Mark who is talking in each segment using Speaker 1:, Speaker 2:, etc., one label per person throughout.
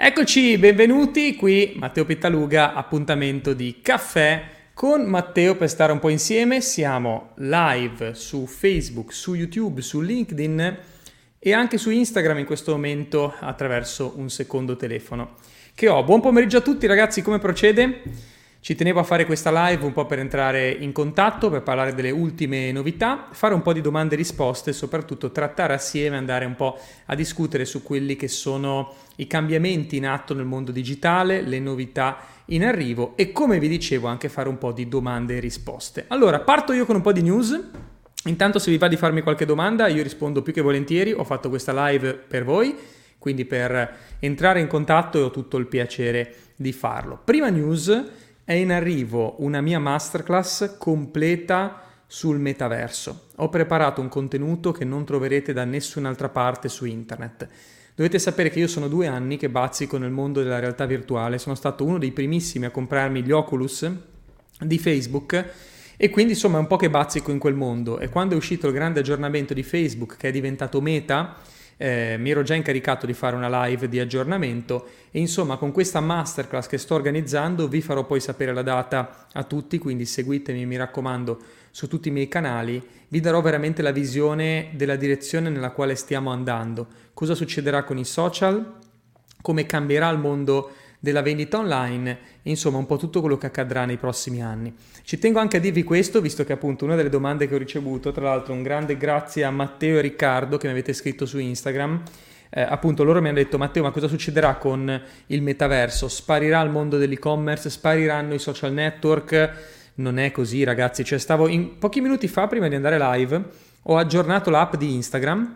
Speaker 1: Eccoci, benvenuti qui, Matteo Pittaluga, appuntamento di caffè con Matteo per stare un po' insieme. Siamo live su Facebook, su YouTube, su LinkedIn e anche su Instagram in questo momento attraverso un secondo telefono che ho. Buon pomeriggio a tutti ragazzi, come procede? Ci tenevo a fare questa live un po' per entrare in contatto, per parlare delle ultime novità, fare un po' di domande e risposte e soprattutto trattare assieme, andare un po' a discutere su quelli che sono i cambiamenti in atto nel mondo digitale, le novità in arrivo e, come vi dicevo, anche fare un po' di domande e risposte. Allora, parto io con un po' di news. Intanto, se vi va di farmi qualche domanda, io rispondo più che volentieri. Ho fatto questa live per voi, quindi per entrare in contatto ho tutto il piacere di farlo. Prima news: è in arrivo una mia masterclass completa sul metaverso. Ho preparato un contenuto che non troverete da nessun'altra parte su internet. Dovete sapere che io sono 2 anni che bazzico nel mondo della realtà virtuale, sono stato uno dei primissimi a comprarmi gli Oculus di Facebook e quindi insomma è un po' che bazzico in quel mondo. E quando è uscito il grande aggiornamento di Facebook, che è diventato Meta, mi ero già incaricato di fare una live di aggiornamento e insomma con questa masterclass che sto organizzando vi farò poi sapere la data a tutti, quindi seguitemi, mi raccomando, su tutti i miei canali. Vi darò veramente la visione della direzione nella quale stiamo andando, cosa succederà con i social, come cambierà il mondo della vendita online, insomma un po' tutto quello che accadrà nei prossimi anni. Ci tengo anche a dirvi questo, visto che appunto una delle domande che ho ricevuto, tra l'altro un grande grazie a Matteo e Riccardo che mi avete scritto su Instagram, appunto loro mi hanno detto: Matteo, ma cosa succederà con il metaverso? Sparirà il mondo dell'e-commerce? Spariranno i social network? Non è così ragazzi, cioè stavo in pochi minuti fa, prima di andare live, ho aggiornato l'app di Instagram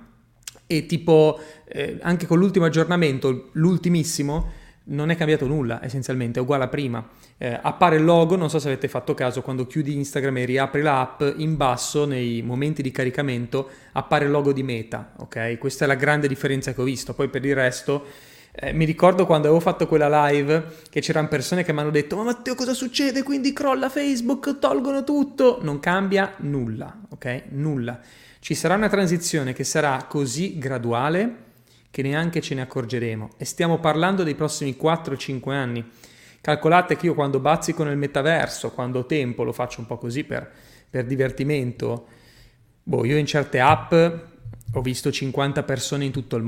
Speaker 1: e tipo anche con l'ultimo aggiornamento, l'ultimissimo, non è cambiato nulla, essenzialmente è uguale a prima. Appare il logo, non so se avete fatto caso, quando chiudi Instagram e riapri l'app, in basso nei momenti di caricamento appare il logo di Meta, ok? Questa è la grande differenza che ho visto. Poi per il resto mi ricordo quando avevo fatto quella live che c'erano persone che mi hanno detto: ma Matteo, cosa succede? Quindi crolla Facebook, tolgono tutto. Non cambia nulla, ok? Nulla. Ci sarà una transizione che sarà così graduale che neanche ce ne accorgeremo, e stiamo parlando dei prossimi 4-5 anni. Calcolate che io quando bazzico nel metaverso, quando ho tempo, lo faccio un po' così per divertimento. Io in certe app ho visto 50 persone in tutto il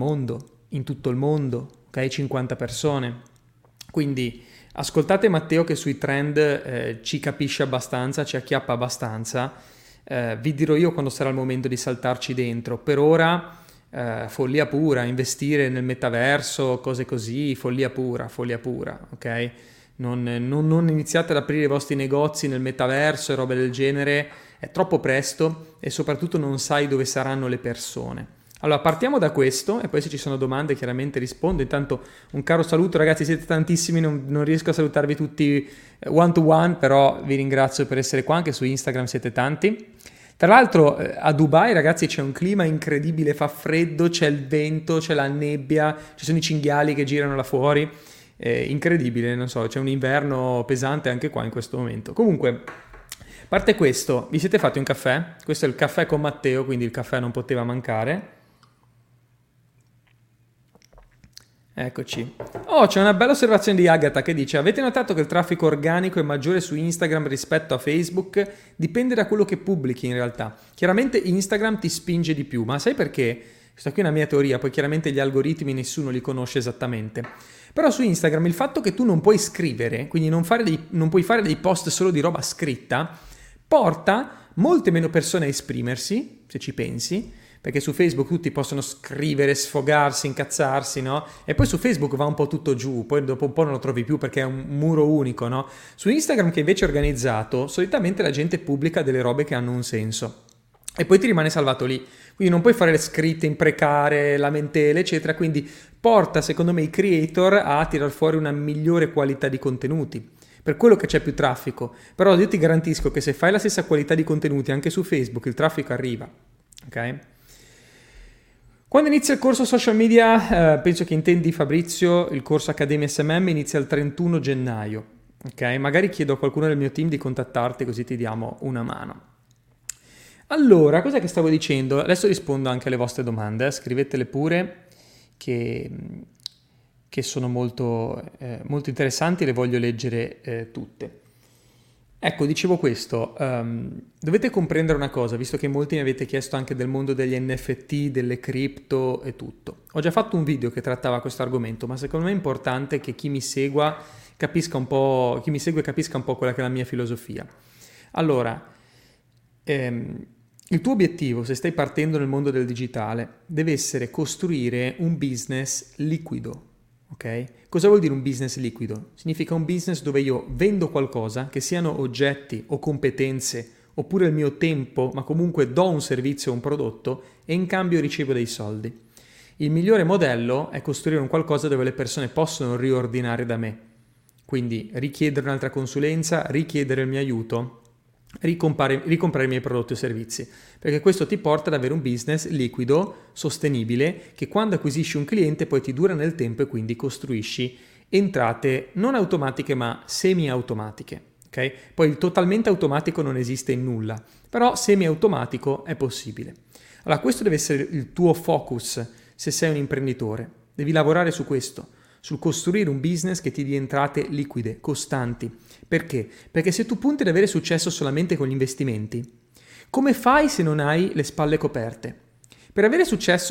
Speaker 1: mondo, ok? 50 persone. Quindi ascoltate Matteo che sui trend ci capisce abbastanza, ci acchiappa abbastanza. Vi dirò io quando sarà il momento di saltarci dentro. Per ora follia pura, investire nel metaverso, cose così, follia pura, ok? Non iniziate ad aprire i vostri negozi nel metaverso e robe del genere, è troppo presto e soprattutto non sai dove saranno le persone. Allora partiamo da questo e poi se ci sono domande chiaramente rispondo. Intanto un caro saluto ragazzi, siete tantissimi, non riesco a salutarvi tutti one to one, però vi ringrazio per essere qua, anche su Instagram siete tanti. Tra l'altro a Dubai ragazzi c'è un clima incredibile, fa freddo, c'è il vento, c'è la nebbia, ci sono i cinghiali che girano là fuori, incredibile, non so, c'è un inverno pesante anche qua in questo momento. Comunque, a parte questo, vi siete fatti un caffè? Questo è il caffè con Matteo, quindi il caffè non poteva mancare. Eccoci. Oh, c'è una bella osservazione di Agatha che dice: avete notato che il traffico organico è maggiore su Instagram rispetto a Facebook? Dipende da quello che pubblichi in realtà. Chiaramente Instagram ti spinge di più, ma sai perché? Questa qui è una mia teoria, poi chiaramente gli algoritmi nessuno li conosce esattamente. Però su Instagram il fatto che tu non puoi scrivere, quindi non puoi fare dei post solo di roba scritta, porta molte meno persone a esprimersi, se ci pensi, perché su Facebook tutti possono scrivere, sfogarsi, incazzarsi, no? E poi su Facebook va un po' tutto giù, poi dopo un po' non lo trovi più perché è un muro unico, no? Su Instagram, che invece è organizzato, solitamente la gente pubblica delle robe che hanno un senso e poi ti rimane salvato lì. Quindi non puoi fare le scritte, imprecare, lamentele, eccetera. Quindi porta, secondo me, i creator a tirar fuori una migliore qualità di contenuti. Per quello che c'è più traffico. Però io ti garantisco che se fai la stessa qualità di contenuti anche su Facebook, il traffico arriva, ok? Quando inizia il corso social media, penso che intendi Fabrizio, il corso Accademia SMM inizia il 31 gennaio, ok? Magari chiedo a qualcuno del mio team di contattarti così ti diamo una mano. Allora, cos'è che stavo dicendo? Adesso rispondo anche alle vostre domande, scrivetele pure che che sono molto, molto interessanti, le voglio leggere tutte. Ecco, dicevo questo, dovete comprendere una cosa, visto che molti mi avete chiesto anche del mondo degli NFT, delle cripto e tutto. Ho già fatto un video che trattava questo argomento, ma secondo me è importante che chi mi segue capisca un po' quella che è la mia filosofia. Allora, il tuo obiettivo, se stai partendo nel mondo del digitale, deve essere costruire un business liquido. Ok? Cosa vuol dire un business liquido? Significa un business dove io vendo qualcosa, che siano oggetti o competenze oppure il mio tempo, ma comunque do un servizio o un prodotto e in cambio ricevo dei soldi. Il migliore modello è costruire un qualcosa dove le persone possono riordinare da me. Quindi richiedere un'altra consulenza, richiedere il mio aiuto, ricomprare i miei prodotti o servizi, perché questo ti porta ad avere un business liquido, sostenibile, che quando acquisisci un cliente poi ti dura nel tempo e quindi costruisci entrate non automatiche ma semi-automatiche. Okay? Poi il totalmente automatico non esiste in nulla, però semi-automatico è possibile. Allora questo deve essere il tuo focus se sei un imprenditore, devi lavorare su questo, sul costruire un business che ti dia entrate liquide, costanti. Perché? Perché se tu punti ad avere successo solamente con gli investimenti, come fai se non hai le spalle coperte? Per avere successo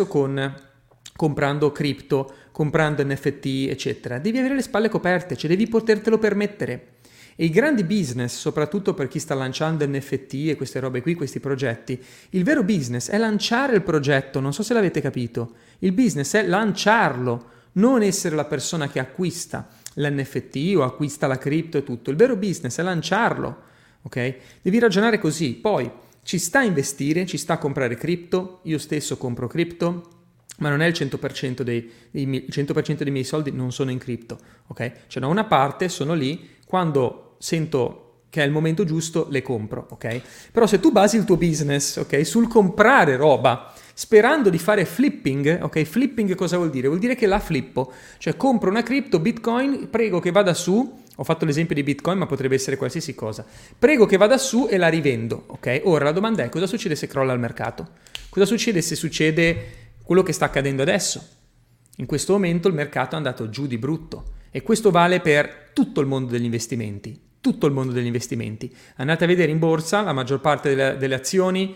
Speaker 1: comprando cripto, comprando NFT, eccetera, devi avere le spalle coperte, cioè devi potertelo permettere. E i grandi business, soprattutto per chi sta lanciando NFT e queste robe qui, questi progetti, il vero business è lanciare il progetto, non so se l'avete capito. Il business è lanciarlo, non essere la persona che acquista l'NFT o acquista la cripto e tutto. Il vero business è lanciarlo, ok? Devi ragionare così. Poi ci sta a investire, ci sta a comprare cripto, io stesso compro cripto, ma non è il 100% il 100% dei miei soldi non sono in cripto, ok? Cioè da una parte sono lì, quando sento che è il momento giusto le compro, ok? Però se tu basi il tuo business, ok, sul comprare roba, sperando di fare flipping, ok? Flipping cosa vuol dire? Vuol dire che la flippo, cioè compro una cripto, Bitcoin, prego che vada su, ho fatto l'esempio di Bitcoin ma potrebbe essere qualsiasi cosa, prego che vada su e la rivendo, ok? Ora la domanda è cosa succede se crolla il mercato? Cosa succede se succede quello che sta accadendo adesso? In questo momento il mercato è andato giù di brutto e questo vale per tutto il mondo degli investimenti, tutto il mondo degli investimenti. Andate a vedere in borsa la maggior parte delle azioni,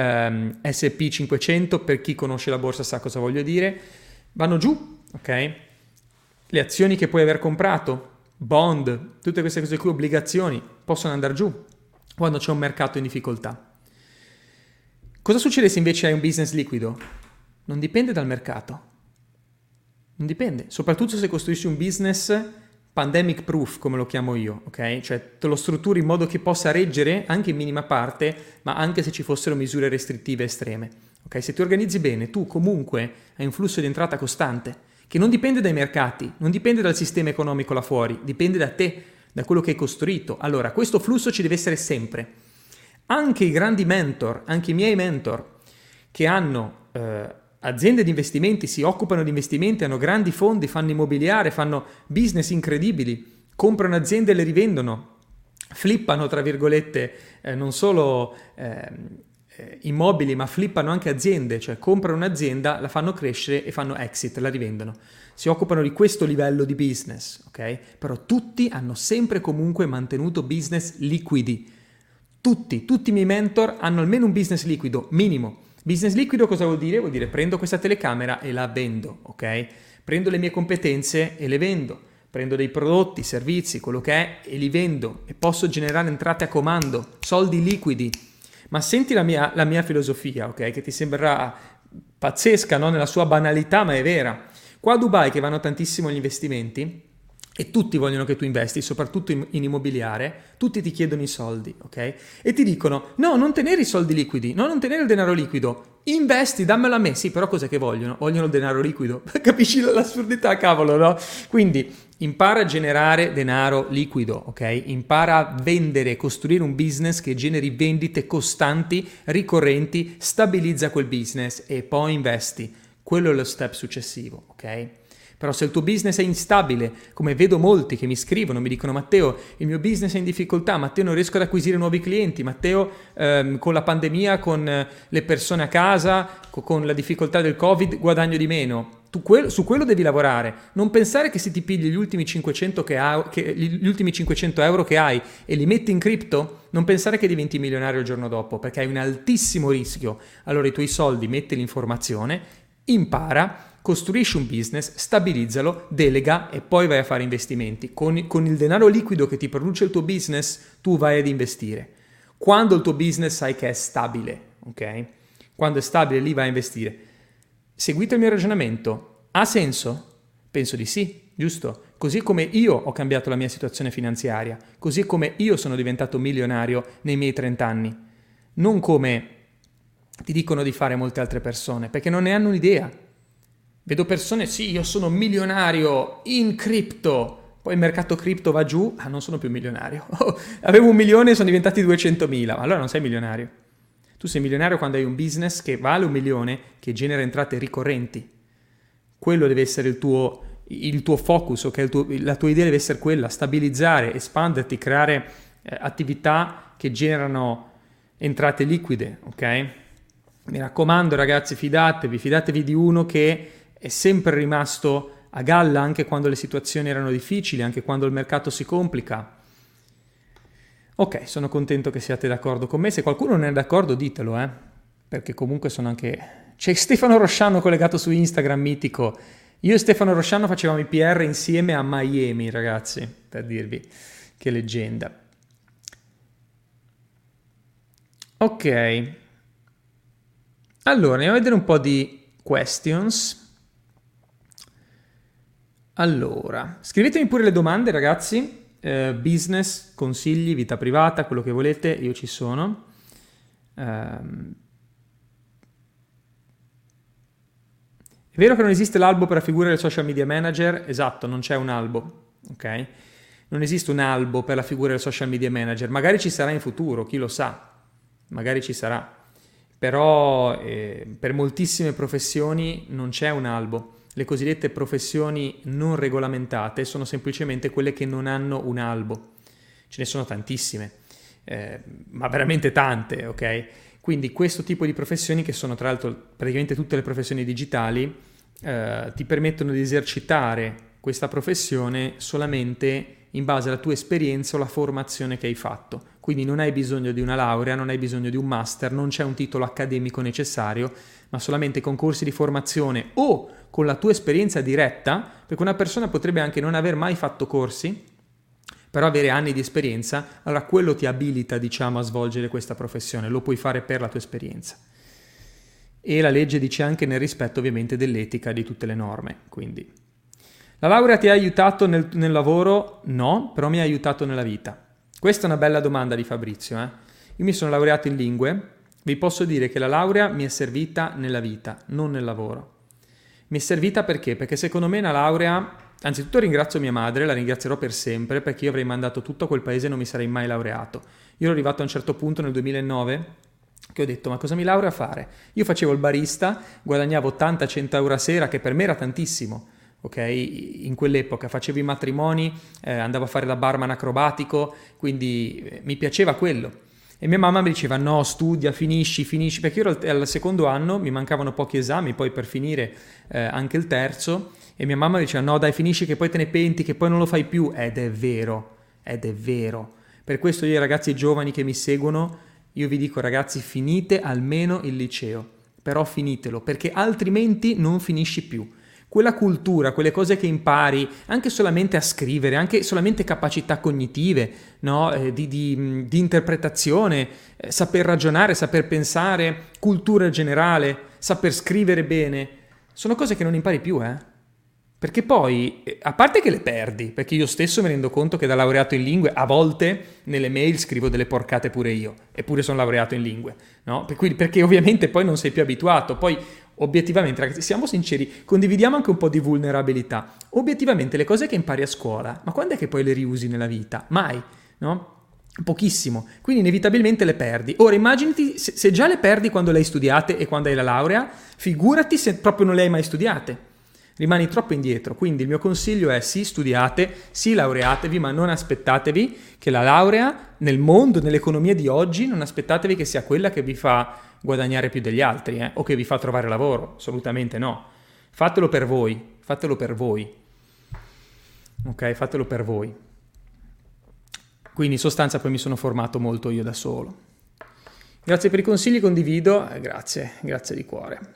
Speaker 1: S&P 500, per chi conosce la borsa sa cosa voglio dire, vanno giù, ok? Le azioni che puoi aver comprato, bond, tutte queste cose qui, obbligazioni, possono andare giù quando c'è un mercato in difficoltà. Cosa succede se invece hai un business liquido? Non dipende dal mercato, non dipende, soprattutto se costruisci un business pandemic proof, come lo chiamo io, ok? Cioè te lo strutturi in modo che possa reggere anche in minima parte, ma anche se ci fossero misure restrittive estreme, ok? Se ti organizzi bene, tu comunque hai un flusso di entrata costante, che non dipende dai mercati, non dipende dal sistema economico là fuori, dipende da te, da quello che hai costruito. Allora, questo flusso ci deve essere sempre. Anche i grandi mentor, anche i miei mentor, che hanno aziende di investimenti, si occupano di investimenti, hanno grandi fondi, fanno immobiliare, fanno business incredibili, comprano aziende e le rivendono, flippano tra virgolette non solo immobili ma flippano anche aziende, cioè comprano un'azienda, la fanno crescere e fanno exit, la rivendono. Si occupano di questo livello di business, ok? Però tutti hanno sempre comunque mantenuto business liquidi. Tutti i miei mentor hanno almeno un business liquido, minimo. Business liquido cosa vuol dire? Vuol dire prendo questa telecamera e la vendo, ok? Prendo le mie competenze e le vendo, prendo dei prodotti, servizi, quello che è e li vendo e posso generare entrate a comando, soldi liquidi. Ma senti la mia filosofia, ok? Che ti sembrerà pazzesca, no? Nella sua banalità, ma è vera. Qua a Dubai che vanno tantissimo gli investimenti e tutti vogliono che tu investi, soprattutto in immobiliare, tutti ti chiedono i soldi, ok? E ti dicono, no, non tenere i soldi liquidi, no, non tenere il denaro liquido, investi, dammelo a me. Sì, però cos'è che vogliono? Vogliono il denaro liquido. Capisci l'assurdità, cavolo, no? Quindi impara a generare denaro liquido, ok? Impara a vendere, costruire un business che generi vendite costanti, ricorrenti, stabilizza quel business e poi investi. Quello è lo step successivo, ok? Però se il tuo business è instabile, come vedo molti che mi scrivono, mi dicono Matteo, il mio business è in difficoltà, Matteo non riesco ad acquisire nuovi clienti, Matteo con la pandemia, con le persone a casa, con la difficoltà del Covid guadagno di meno. Su quello devi lavorare. Non pensare che se ti pigli gli ultimi 500 gli ultimi 500 euro che hai e li metti in cripto, non pensare che diventi milionario il giorno dopo, perché hai un altissimo rischio. Allora i tuoi soldi mettili in formazione, impara, costruisci un business, stabilizzalo, delega e poi vai a fare investimenti. Con il denaro liquido che ti produce il tuo business, tu vai ad investire. Quando il tuo business sai che è stabile, ok? Quando è stabile, lì vai a investire. Seguite il mio ragionamento. Ha senso? Penso di sì, giusto? Così come io ho cambiato la mia situazione finanziaria, così come io sono diventato milionario nei miei 30 anni. Non come ti dicono di fare molte altre persone, perché non ne hanno un'idea. Vedo persone, sì, io sono milionario in cripto, poi il mercato cripto va giù, non sono più milionario. Avevo 1 milione e sono diventati 200.000, allora non sei milionario. Tu sei milionario quando hai un business che vale 1 milione, che genera entrate ricorrenti. Quello deve essere il tuo focus, ok? La tua idea deve essere quella, stabilizzare, espanderti, creare attività che generano entrate liquide, ok? Mi raccomando ragazzi, fidatevi di uno che è sempre rimasto a galla anche quando le situazioni erano difficili, anche quando il mercato si complica. Ok, sono contento che siate d'accordo con me. Se qualcuno non è d'accordo, ditelo, perché comunque sono anche... C'è Stefano Rosciano collegato su Instagram, mitico. Io e Stefano Rosciano facevamo i PR insieme a Miami, ragazzi, per dirvi che leggenda. Ok. Allora, andiamo a vedere un po' di questions. Allora, scrivetemi pure le domande, ragazzi. Business, consigli, vita privata, quello che volete, io ci sono. È vero che non esiste l'albo per la figura del social media manager? Esatto, non c'è un albo, ok? Non esiste un albo per la figura del social media manager, magari ci sarà in futuro, chi lo sa, magari ci sarà, però per moltissime professioni non c'è un albo. Le cosiddette professioni non regolamentate sono semplicemente quelle che non hanno un albo. Ce ne sono tantissime, ma veramente tante, ok? Quindi questo tipo di professioni, che sono tra l'altro praticamente tutte le professioni digitali, ti permettono di esercitare questa professione solamente in base alla tua esperienza o alla formazione che hai fatto. Quindi non hai bisogno di una laurea, non hai bisogno di un master, non c'è un titolo accademico necessario, ma solamente con corsi di formazione o con la tua esperienza diretta, perché una persona potrebbe anche non aver mai fatto corsi, però avere anni di esperienza, allora quello ti abilita, diciamo, a svolgere questa professione, lo puoi fare per la tua esperienza. E la legge dice anche nel rispetto ovviamente dell'etica di tutte le norme, quindi... La laurea ti ha aiutato nel lavoro? No, però mi ha aiutato nella vita. Questa è una bella domanda di Fabrizio. Io mi sono laureato in lingue, vi posso dire che la laurea mi è servita nella vita, non nel lavoro. Mi è servita perché? Perché secondo me una laurea, anzitutto ringrazio mia madre, la ringrazierò per sempre, perché io avrei mandato tutto a quel paese e non mi sarei mai laureato. Io ero arrivato a un certo punto nel 2009 che ho detto, ma cosa mi laureo a fare? Io facevo il barista, guadagnavo 80-100 euro a sera, che per me era tantissimo. Ok, in quell'epoca facevo i matrimoni, andavo a fare da barman acrobatico, quindi mi piaceva quello. E mia mamma mi diceva no, studia, finisci, perché io ero al secondo anno, mi mancavano pochi esami poi per finire anche il terzo, e mia mamma diceva no dai, finisci che poi te ne penti, che poi non lo fai più. Ed è vero. Per questo io ai ragazzi giovani che mi seguono, io vi dico ragazzi, finite almeno il liceo, però finitelo, perché altrimenti non finisci più. Quella cultura, quelle cose che impari, anche solamente a scrivere, anche solamente capacità cognitive, no? di interpretazione, saper ragionare, saper pensare, cultura generale, saper scrivere bene, sono cose che non impari più, Perché poi, a parte che le perdi, perché io stesso mi rendo conto che da laureato in lingue, a volte nelle mail scrivo delle porcate pure io, eppure sono laureato in lingue, no? Perché ovviamente poi non sei più abituato, poi... Obiettivamente, ragazzi, siamo sinceri, condividiamo anche un po' di vulnerabilità. Obiettivamente, le cose che impari a scuola, ma quando è che poi le riusi nella vita? Mai, no? Pochissimo. Quindi inevitabilmente le perdi. Ora, immaginati, se già le perdi quando le hai studiate e quando hai la laurea, figurati se proprio non le hai mai studiate. Rimani troppo indietro. Quindi il mio consiglio è sì, studiate, sì, laureatevi, ma non aspettatevi che la laurea nel mondo, nell'economia di oggi, non aspettatevi che sia quella che vi fa guadagnare più degli altri, o che vi fa trovare lavoro, assolutamente no. Fatelo per voi, fatelo per voi. Ok, fatelo per voi. Quindi in sostanza poi mi sono formato molto io da solo. Grazie per i consigli, condivido, grazie di cuore.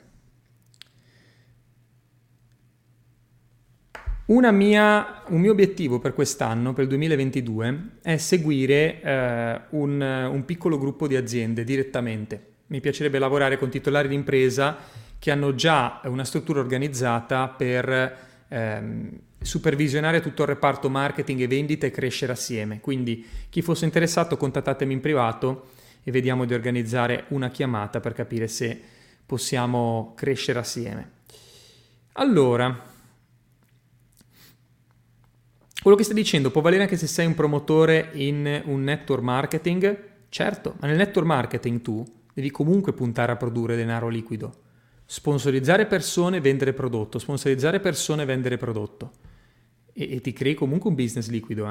Speaker 1: Un mio obiettivo per quest'anno, per il 2022, è seguire un piccolo gruppo di aziende direttamente. Mi piacerebbe lavorare con titolari di impresa che hanno già una struttura organizzata per supervisionare tutto il reparto marketing e vendita e crescere assieme. Quindi chi fosse interessato contattatemi in privato e vediamo di organizzare una chiamata per capire se possiamo crescere assieme. Allora, quello che stai dicendo può valere anche se sei un promotore in un network marketing? Certo, ma nel network marketing tu devi comunque puntare a produrre denaro liquido. Sponsorizzare persone, vendere prodotto, sponsorizzare persone, vendere prodotto. E ti crei comunque un business liquido,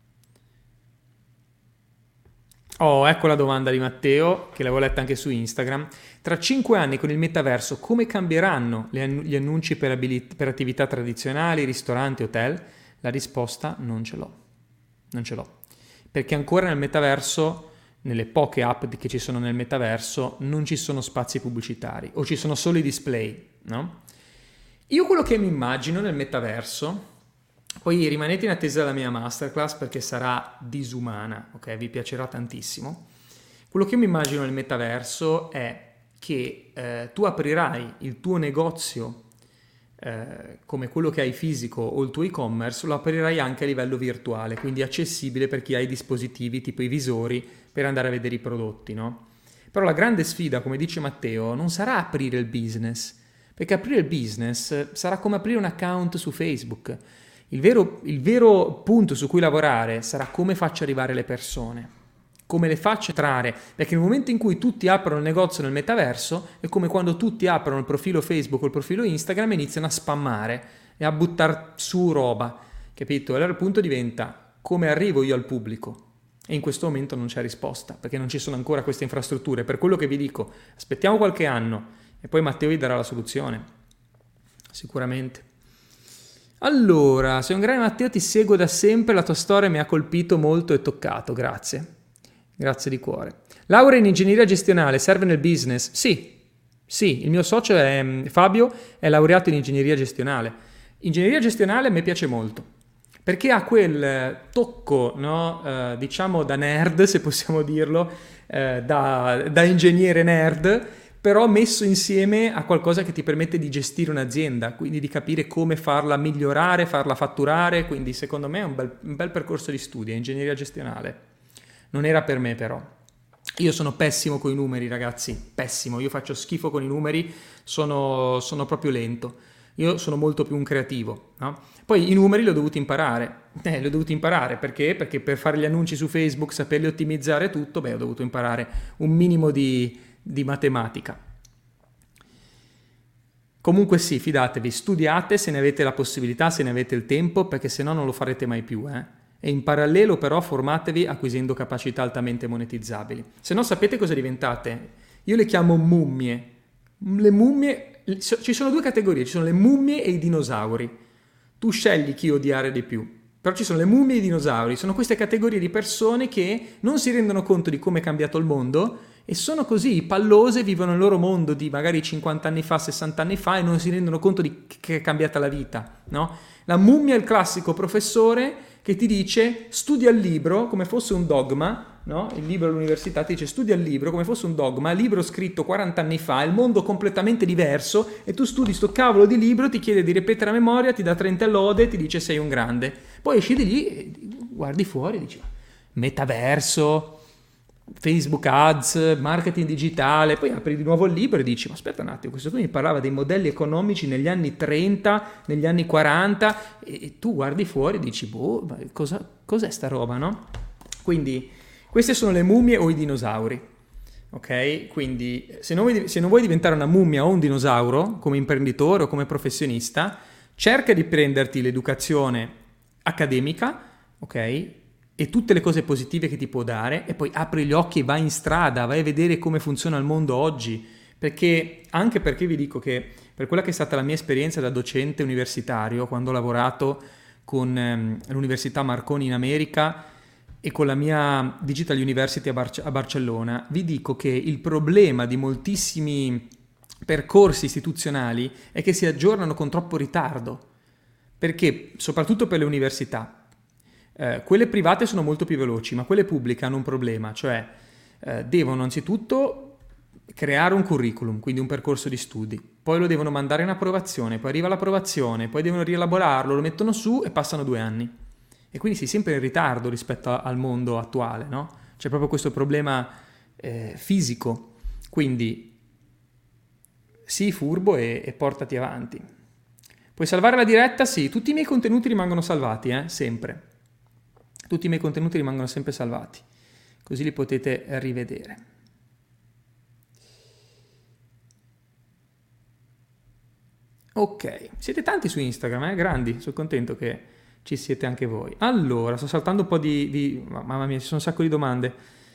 Speaker 1: Oh, ecco la domanda di Matteo, che l'avevo letta anche su Instagram. Tra 5 anni con il metaverso, come cambieranno gli annunci per attività tradizionali, ristoranti, hotel? La risposta non ce l'ho. Perché ancora nel metaverso, nelle poche app che ci sono nel metaverso, non ci sono spazi pubblicitari o ci sono solo i display, no? Io quello che mi immagino nel metaverso, poi rimanete in attesa della mia masterclass perché sarà disumana, ok? Vi piacerà tantissimo. Quello che io mi immagino nel metaverso è che tu aprirai il tuo negozio come quello che hai fisico o il tuo e-commerce, lo aprirai anche a livello virtuale, quindi accessibile per chi ha i dispositivi tipo i visori per andare a vedere i prodotti, no? Però la grande sfida, come dice Matteo, non sarà aprire il business, perché aprire il business sarà come aprire un account su Facebook. Il vero punto su cui lavorare sarà come faccio arrivare le persone, come le faccio entrare, perché nel momento in cui tutti aprono il negozio nel metaverso è come quando tutti aprono il profilo Facebook o il profilo Instagram e iniziano a spammare e a buttare su roba, capito? Allora il punto diventa come arrivo io al pubblico e in questo momento non c'è risposta perché non ci sono ancora queste infrastrutture. Per quello che vi dico, aspettiamo qualche anno e poi Matteo vi darà la soluzione, sicuramente. Allora, sei un grande Matteo, ti seguo da sempre, la tua storia mi ha colpito molto e toccato, grazie di cuore. Laurea in ingegneria gestionale, serve nel business? Sì, il mio socio Fabio è laureato in ingegneria gestionale. Ingegneria gestionale a me piace molto, perché ha quel tocco, no? Diciamo da nerd, se possiamo dirlo, da ingegnere nerd, però messo insieme a qualcosa che ti permette di gestire un'azienda, quindi di capire come farla migliorare, farla fatturare, quindi secondo me è un bel percorso di studio, ingegneria gestionale. Non era per me però. Io sono pessimo con i numeri, ragazzi, pessimo, io faccio schifo con i numeri, sono proprio lento. Io sono molto più un creativo, no? Poi i numeri li ho dovuti imparare. Perché? Perché per fare gli annunci su Facebook, saperli ottimizzare tutto, ho dovuto imparare un minimo di matematica. Comunque sì, fidatevi, studiate se ne avete la possibilità, se ne avete il tempo, perché se no non lo farete mai più, E in parallelo però formatevi acquisendo capacità altamente monetizzabili. Se no sapete cosa diventate? Io le chiamo mummie. Le mummie, ci sono due categorie, ci sono le mummie e i dinosauri. Tu scegli chi odiare di più. Però ci sono le mummie e i dinosauri, sono queste categorie di persone che non si rendono conto di come è cambiato il mondo e sono così, pallose, vivono il loro mondo di magari 50 anni fa, 60 anni fa e non si rendono conto di che è cambiata la vita, no? La mummia è il classico professore che ti dice studia il libro come fosse un dogma, no? Il libro all'università ti dice studia il libro come fosse un dogma, libro scritto 40 anni fa, il mondo completamente diverso e tu studi sto cavolo di libro, ti chiede di ripetere a memoria, ti dà 30 lode e ti dice sei un grande. Poi esci di lì, guardi fuori e dici metaverso, Facebook Ads, marketing digitale, poi apri di nuovo il libro e dici ma aspetta un attimo, questo qui mi parlava dei modelli economici negli anni 30, negli anni 40 e tu guardi fuori e dici boh, cos'è sta roba, no? Quindi queste sono le mummie o i dinosauri, ok? Quindi se non vuoi diventare una mummia o un dinosauro come imprenditore o come professionista, cerca di prenderti l'educazione accademica, ok? E tutte le cose positive che ti può dare e poi apri gli occhi e vai in strada, vai a vedere come funziona il mondo oggi, Anche perché vi dico che per quella che è stata la mia esperienza da docente universitario, quando ho lavorato con l'Università Marconi in America e con la mia Digital University a Barcellona, vi dico che il problema di moltissimi percorsi istituzionali è che si aggiornano con troppo ritardo, perché soprattutto per le università, quelle private sono molto più veloci, ma quelle pubbliche hanno un problema, cioè devono anzitutto creare un curriculum, quindi un percorso di studi, poi lo devono mandare in approvazione, poi arriva l'approvazione, poi devono rielaborarlo, lo mettono su e passano 2 anni. E quindi sei sempre in ritardo rispetto al mondo attuale, no? C'è proprio questo problema fisico. Quindi sii furbo e portati avanti. Puoi salvare la diretta? Sì, tutti i miei contenuti rimangono salvati, sempre. Tutti i miei contenuti rimangono sempre salvati, così li potete rivedere. Ok, siete tanti su Instagram, grandi, sono contento che ci siete anche voi. Allora, sto saltando un po' mamma mia, ci sono un sacco di domande.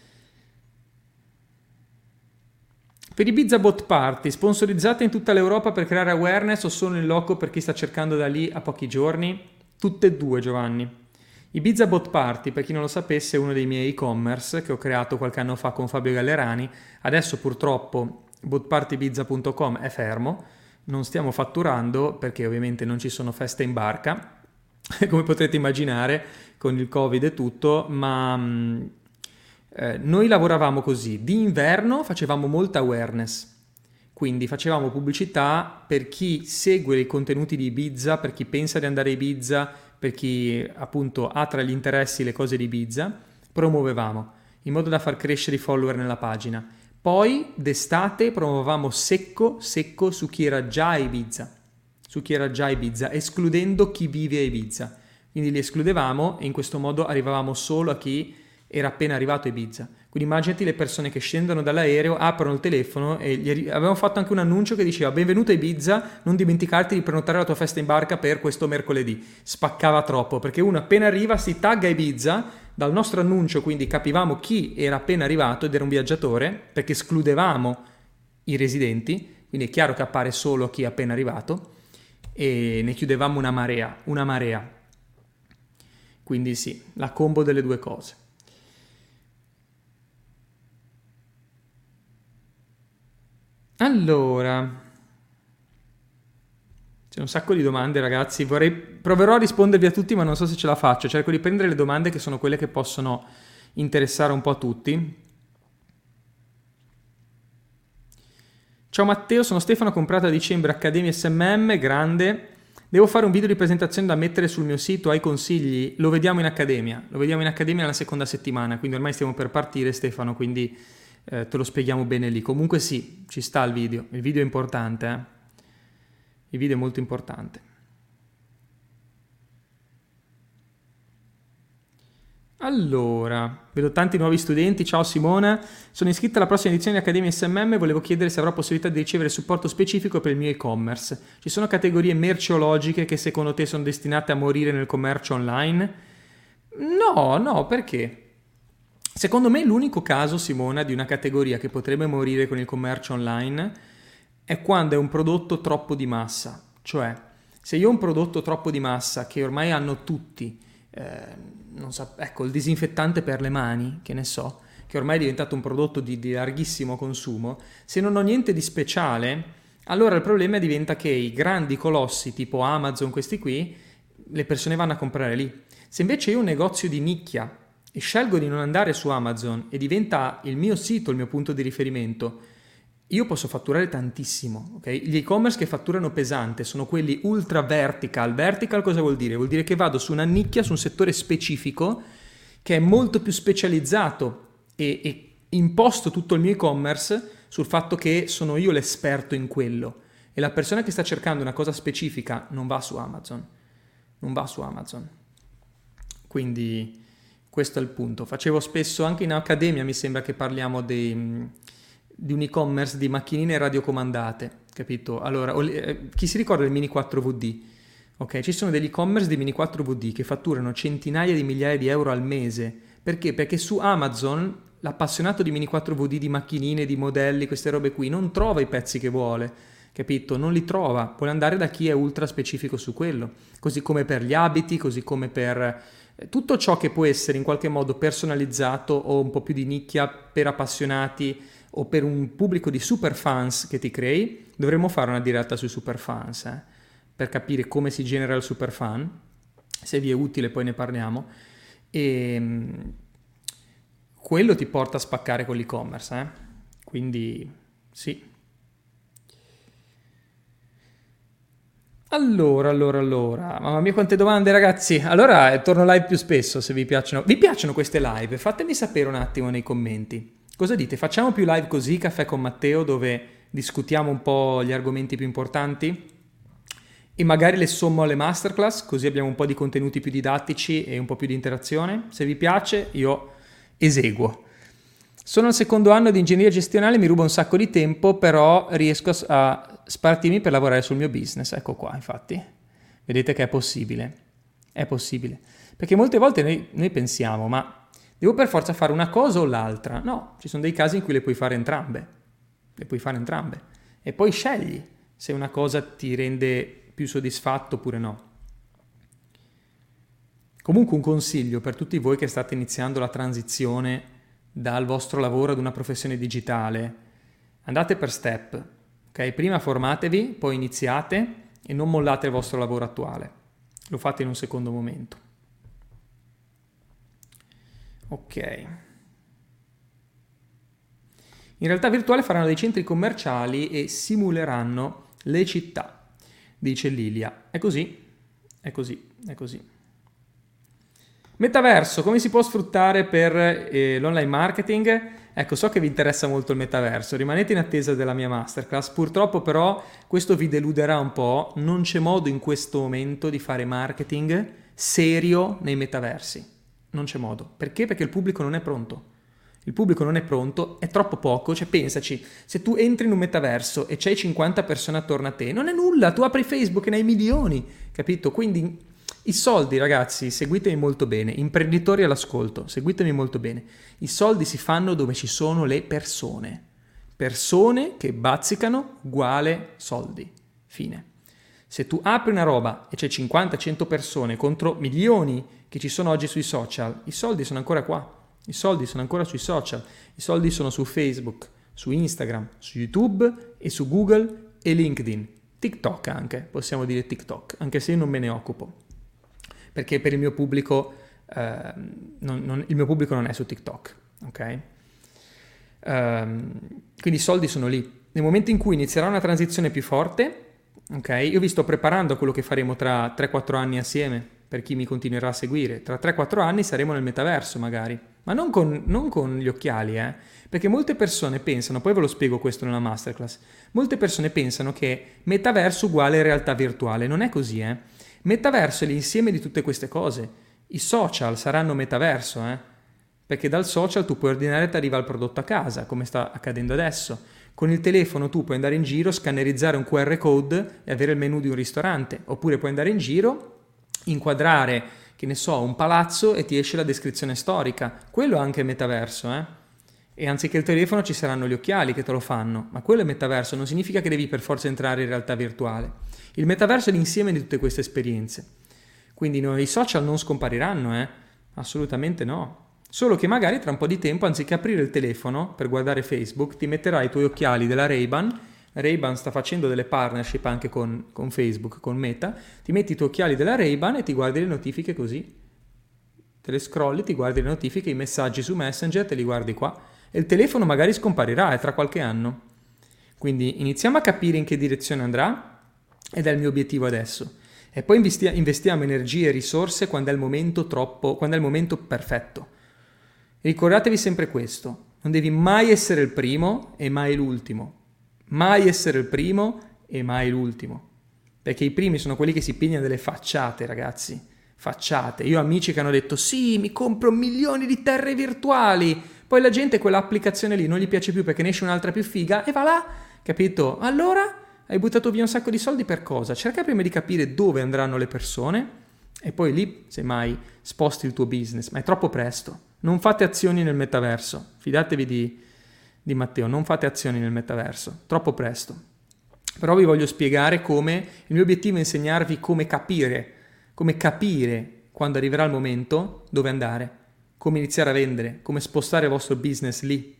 Speaker 1: Per Ibiza Bot Party, sponsorizzate in tutta l'Europa per creare awareness o solo in loco per chi sta cercando da lì a pochi giorni? Tutte e due, Giovanni. Ibiza Bot Party, per chi non lo sapesse, è uno dei miei e-commerce che ho creato qualche anno fa con Fabio Gallerani. Adesso purtroppo botpartyibiza.com è fermo. Non stiamo fatturando perché ovviamente non ci sono feste in barca, come potrete immaginare con il Covid e tutto, ma noi lavoravamo così. D'inverno facevamo molta awareness, quindi facevamo pubblicità per chi segue i contenuti di Ibiza, per chi pensa di andare a Ibiza, per chi appunto ha tra gli interessi le cose di Ibiza, promuovevamo in modo da far crescere i follower nella pagina. Poi d'estate promuovevamo secco su chi era già a Ibiza, escludendo chi vive a Ibiza. Quindi li escludevamo e in questo modo arrivavamo solo a chi era appena arrivato a Ibiza. Quindi immaginati le persone che scendono dall'aereo, aprono il telefono e avevamo fatto anche un annuncio che diceva: benvenuto a Ibiza, non dimenticarti di prenotare la tua festa in barca per questo mercoledì. Spaccava troppo, perché uno appena arriva si tagga Ibiza. Dal nostro annuncio quindi capivamo chi era appena arrivato ed era un viaggiatore, perché escludevamo i residenti, quindi è chiaro che appare solo chi è appena arrivato, e ne chiudevamo una marea. Quindi sì, la combo delle due cose. Allora, c'è un sacco di domande, ragazzi. Proverò a rispondervi a tutti, ma non so se ce la faccio. Cerco di prendere le domande che sono quelle che possono interessare un po' a tutti. Ciao Matteo, sono Stefano, ho comprato a dicembre Accademia SMM, grande. Devo fare un video di presentazione da mettere sul mio sito, hai consigli? Lo vediamo in Accademia nella seconda settimana, quindi ormai stiamo per partire, Stefano, quindi te lo spieghiamo bene lì. Comunque sì, ci sta il video è importante, Il video è molto importante. Allora, vedo tanti nuovi studenti. Ciao Simona, sono iscritta alla prossima edizione di Accademia SMM e volevo chiedere se avrò possibilità di ricevere supporto specifico per il mio e-commerce. Ci sono categorie merceologiche che secondo te sono destinate a morire nel commercio online? No, perché? Secondo me l'unico caso, Simona, di una categoria che potrebbe morire con il commercio online è quando è un prodotto troppo di massa. Cioè, se io ho un prodotto troppo di massa che ormai hanno tutti, il disinfettante per le mani, che ne so, che ormai è diventato un prodotto di larghissimo consumo, se non ho niente di speciale, allora il problema diventa che i grandi colossi tipo Amazon, questi qui, le persone vanno a comprare lì. Se invece io ho un negozio di nicchia e scelgo di non andare su Amazon e diventa il mio sito il mio punto di riferimento, io posso fatturare tantissimo, ok? Gli e-commerce che fatturano pesante sono quelli ultra vertical. Vertical cosa vuol dire? Vuol dire che vado su una nicchia, su un settore specifico che è molto più specializzato e imposto tutto il mio e-commerce sul fatto che sono io l'esperto in quello. E la persona che sta cercando una cosa specifica non va su Amazon. Quindi questo è il punto. Facevo spesso, anche in accademia mi sembra che parliamo di un e-commerce di macchinine radiocomandate, capito? Allora, chi si ricorda del Mini 4VD? Ok, ci sono degli e-commerce di Mini 4VD che fatturano centinaia di migliaia di euro al mese. Perché? Perché su Amazon l'appassionato di Mini 4VD, di macchinine, di modelli, queste robe qui, non trova i pezzi che vuole, capito? Non li trova, vuole andare da chi è ultra specifico su quello, così come per gli abiti, così come per tutto ciò che può essere in qualche modo personalizzato o un po' più di nicchia per appassionati o per un pubblico di super fans che ti crei. Dovremmo fare una diretta sui super fans, per capire come si genera il super fan. Se vi è utile poi ne parliamo. E quello ti porta a spaccare con l'e-commerce, quindi sì. Allora, mamma mia quante domande ragazzi. Allora torno live più spesso se vi piacciono. Vi piacciono queste live? Fatemi sapere un attimo nei commenti. Cosa dite? Facciamo più live così, Caffè con Matteo, dove discutiamo un po' gli argomenti più importanti? E magari le sommo alle masterclass, così abbiamo un po' di contenuti più didattici e un po' più di interazione. Se vi piace, io eseguo. Sono al secondo anno di ingegneria gestionale, mi ruba un sacco di tempo, però riesco a spartirmi per lavorare sul mio business. Ecco qua, infatti. Vedete che è possibile. È possibile. Perché molte volte noi pensiamo, ma devo per forza fare una cosa o l'altra? No, ci sono dei casi in cui le puoi fare entrambe. Le puoi fare entrambe. E poi scegli se una cosa ti rende più soddisfatto oppure no. Comunque un consiglio per tutti voi che state iniziando la transizione dal vostro lavoro ad una professione digitale: andate per step, ok? Prima formatevi, poi iniziate e non mollate il vostro lavoro attuale, lo fate in un secondo momento. Ok. In realtà virtuale faranno dei centri commerciali e simuleranno le città, dice Lilia. È così, è così, è così. Metaverso, come si può sfruttare per l'online marketing? Ecco, so che vi interessa molto il metaverso, rimanete in attesa della mia masterclass. Purtroppo però questo vi deluderà un po', non c'è modo in questo momento di fare marketing serio nei metaversi. Non c'è modo. Perché? Perché il pubblico non è pronto. Il pubblico non è pronto, è troppo poco, cioè pensaci, se tu entri in un metaverso e c'hai 50 persone attorno a te, non è nulla, tu apri Facebook e ne hai milioni, capito? Quindi i soldi, ragazzi, seguitemi molto bene, imprenditori all'ascolto, seguitemi molto bene, i soldi si fanno dove ci sono le persone, persone che bazzicano uguale soldi, fine. Se tu apri una roba e c'è 50-100 persone contro milioni che ci sono oggi sui social, i soldi sono ancora qua. I soldi sono ancora sui social, i soldi sono su Facebook, su Instagram, su YouTube e su Google e LinkedIn. TikTok anche, possiamo dire TikTok, anche se io non me ne occupo. Perché per il mio pubblico, il mio pubblico non è su TikTok, ok? Quindi i soldi sono lì. Nel momento in cui inizierà una transizione più forte, ok? Io vi sto preparando a quello che faremo tra 3-4 anni assieme, per chi mi continuerà a seguire. Tra 3-4 anni saremo nel metaverso magari, ma non con gli occhiali, perché molte persone pensano, poi ve lo spiego questo nella masterclass, molte persone pensano che metaverso uguale realtà virtuale, non è così, Metaverso è l'insieme di tutte queste cose. I social saranno metaverso, perché dal social tu puoi ordinare e ti arriva il prodotto a casa, come sta accadendo adesso. Con il telefono tu puoi andare in giro, scannerizzare un QR code e avere il menu di un ristorante, oppure puoi andare in giro, inquadrare, che ne so, un palazzo e ti esce la descrizione storica. Quello è anche metaverso, E anziché il telefono ci saranno gli occhiali che te lo fanno, ma quello è metaverso, non significa che devi per forza entrare in realtà virtuale. Il metaverso è l'insieme di tutte queste esperienze. Quindi i social non scompariranno, assolutamente no. Solo che magari tra un po' di tempo, anziché aprire il telefono per guardare Facebook, ti metterai i tuoi occhiali della Ray-Ban. Ray-Ban sta facendo delle partnership anche con Facebook, con Meta. Ti metti i tuoi occhiali della Ray-Ban e ti guardi le notifiche così. Te le scrolli, ti guardi le notifiche, i messaggi su Messenger, te li guardi qua. E il telefono magari scomparirà, tra qualche anno. Quindi iniziamo a capire in che direzione andrà, ed è il mio obiettivo adesso. E poi investiamo energie e risorse quando è il momento perfetto. Ricordatevi sempre questo: non devi mai essere il primo e mai l'ultimo. Mai essere il primo e mai l'ultimo. Perché i primi sono quelli che si pigliano delle facciate, ragazzi. Facciate. Io ho amici che hanno detto: sì, mi compro milioni di terre virtuali. Poi la gente quell'applicazione lì non gli piace più perché ne esce un'altra più figa e va là, capito? Allora hai buttato via un sacco di soldi per cosa? Cerca prima di capire dove andranno le persone e poi lì, semmai, sposti il tuo business, ma è troppo presto. Non fate azioni nel metaverso, fidatevi di Matteo, non fate azioni nel metaverso, troppo presto. Però vi voglio spiegare come, il mio obiettivo è insegnarvi come capire quando arriverà il momento dove andare, come iniziare a vendere, come spostare il vostro business lì.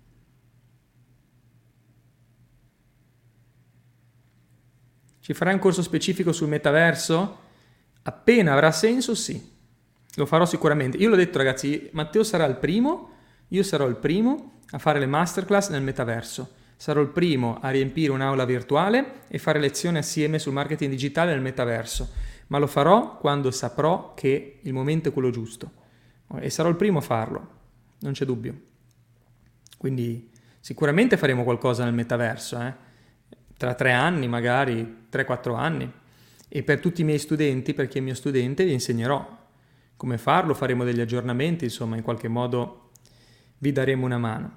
Speaker 1: Ci farai un corso specifico sul metaverso? Appena avrà senso, sì. Lo farò sicuramente. Io l'ho detto, ragazzi, Matteo sarà il primo, io sarò il primo a fare le masterclass nel metaverso. Sarò il primo a riempire un'aula virtuale e fare lezioni assieme sul marketing digitale nel metaverso. Ma lo farò quando saprò che il momento è quello giusto. E sarò il primo a farlo, non c'è dubbio. Quindi sicuramente faremo qualcosa nel metaverso, Tra 3 anni, magari 3-4 anni. E per tutti i miei studenti, per chi è mio studente, vi insegnerò come farlo, faremo degli aggiornamenti, insomma, in qualche modo vi daremo una mano.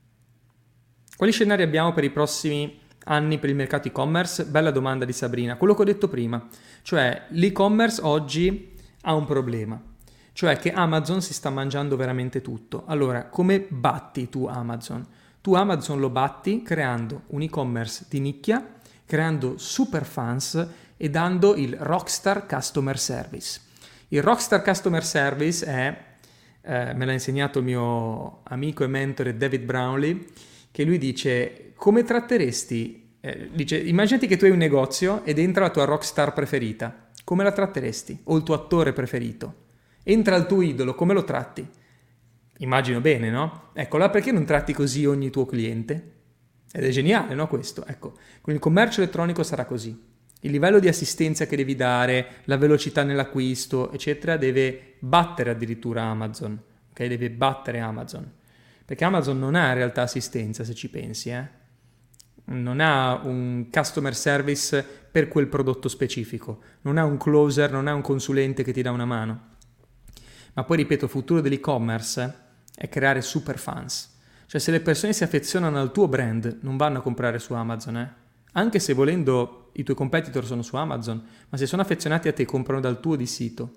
Speaker 1: Quali scenari abbiamo per i prossimi anni per il mercato e-commerce? Bella domanda di Sabrina. Quello che ho detto prima, cioè l'e-commerce oggi ha un problema, cioè che Amazon si sta mangiando veramente tutto. Allora, come batti tu Amazon? Tu Amazon lo batti creando un e-commerce di nicchia, creando super fans e dando il Rockstar Customer Service. Il Rockstar Customer Service me l'ha insegnato il mio amico e mentore David Brownlee, che lui dice, come tratteresti, immaginati che tu hai un negozio ed entra la tua rockstar preferita, come la tratteresti? O il tuo attore preferito? Entra il tuo idolo, come lo tratti? Immagino bene, no? Ecco, allora perché non tratti così ogni tuo cliente? Ed è geniale, no, questo? Ecco, con il commercio elettronico sarà così. Il livello di assistenza che devi dare, la velocità nell'acquisto, eccetera, deve battere addirittura Amazon, ok? Deve battere Amazon. Perché Amazon non ha in realtà assistenza, se ci pensi, Non ha un customer service per quel prodotto specifico, non ha un closer, non ha un consulente che ti dà una mano. Ma poi ripeto, il futuro dell'e-commerce è creare super fans. Cioè se le persone si affezionano al tuo brand, non vanno a comprare su Amazon, Anche se volendo i tuoi competitor sono su Amazon, ma se sono affezionati a te comprano dal tuo di sito.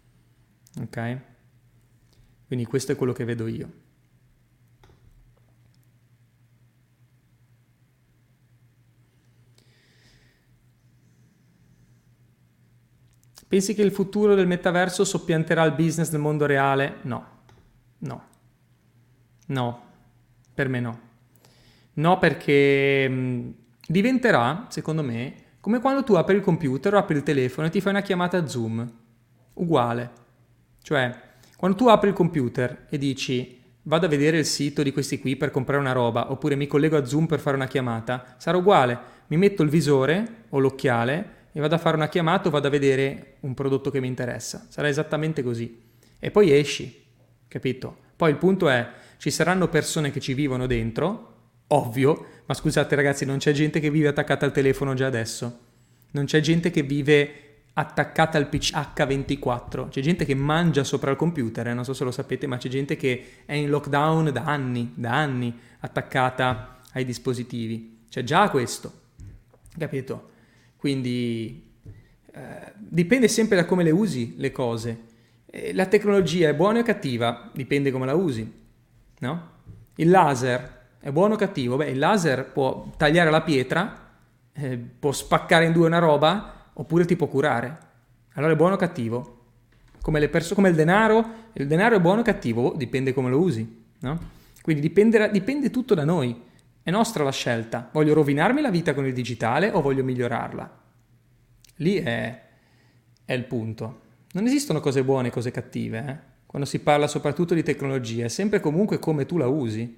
Speaker 1: Ok? Quindi questo è quello che vedo io. Pensi che il futuro del metaverso soppianterà il business del mondo reale? No, per me no. No, perché diventerà, secondo me, come quando tu apri il computer o apri il telefono e ti fai una chiamata Zoom. Uguale. Cioè, quando tu apri il computer e dici vado a vedere il sito di questi qui per comprare una roba, oppure mi collego a Zoom per fare una chiamata, sarà uguale. Mi metto il visore o l'occhiale e vado a fare una chiamata o vado a vedere un prodotto che mi interessa. Sarà esattamente così. E poi esci, capito? Poi il punto è, ci saranno persone che ci vivono dentro, ovvio, ma scusate ragazzi, non c'è gente che vive attaccata al telefono già adesso. Non c'è gente che vive attaccata al PC H24. C'è gente che mangia sopra il computer, non so se lo sapete, ma c'è gente che è in lockdown da anni, attaccata ai dispositivi. C'è già questo, capito? Quindi dipende sempre da come le usi le cose. La tecnologia è buona o cattiva? Dipende come la usi, no? Il laser è buono o cattivo? Beh, il laser può tagliare la pietra, può spaccare in due una roba, oppure ti può curare. Allora è buono o cattivo? Come il denaro è buono o cattivo? Dipende come lo usi, no? Quindi dipende tutto da noi. È nostra la scelta. Voglio rovinarmi la vita con il digitale o voglio migliorarla? Lì è il punto. Non esistono cose buone e cose cattive, Quando si parla soprattutto di tecnologia, è sempre comunque come tu la usi.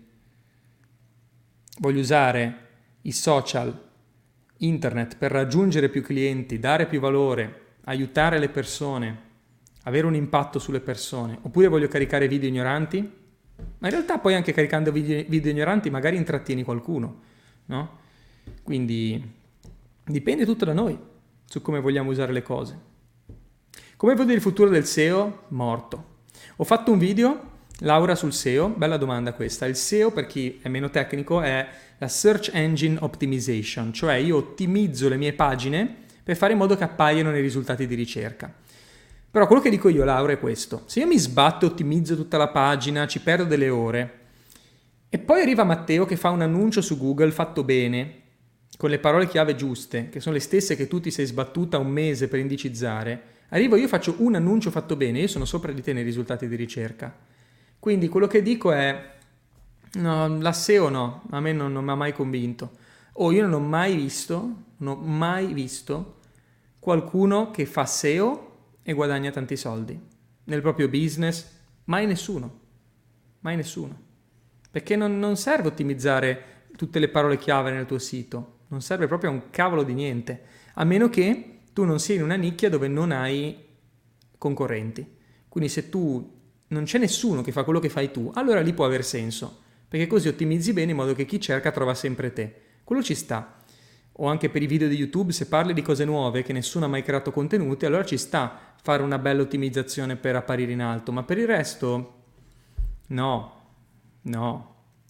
Speaker 1: Voglio usare i social, internet per raggiungere più clienti, dare più valore, aiutare le persone, avere un impatto sulle persone, oppure voglio caricare video ignoranti? Ma in realtà poi anche caricando video ignoranti magari intrattieni qualcuno, no? Quindi dipende tutto da noi, su come vogliamo usare le cose. Come vedo il futuro del SEO? Morto. Ho fatto un video, Laura, sul SEO, bella domanda questa. Il SEO, per chi è meno tecnico, è la Search Engine Optimization, cioè io ottimizzo le mie pagine per fare in modo che appaiano nei risultati di ricerca. Però quello che dico io, Laura, è questo. Se io mi sbatto, ottimizzo tutta la pagina, ci perdo delle ore, e poi arriva Matteo che fa un annuncio su Google fatto bene, con le parole chiave giuste, che sono le stesse che tu ti sei sbattuta un mese per indicizzare, arrivo io, faccio un annuncio fatto bene, io sono sopra di te nei risultati di ricerca. Quindi quello che dico è, no, la SEO no, a me non mi ha mai convinto. O io non ho mai visto qualcuno che fa SEO e guadagna tanti soldi nel proprio business, mai nessuno, mai nessuno. Perché non serve ottimizzare tutte le parole chiave nel tuo sito, non serve proprio a un cavolo di niente, a meno che tu non sia in una nicchia dove non hai concorrenti. Quindi se tu non c'è nessuno che fa quello che fai tu, allora lì può aver senso, perché così ottimizzi bene in modo che chi cerca trova sempre te. Quello ci sta. O anche per i video di YouTube, se parli di cose nuove che nessuno ha mai creato contenuti, allora ci sta fare una bella ottimizzazione per apparire in alto, ma per il resto no. No.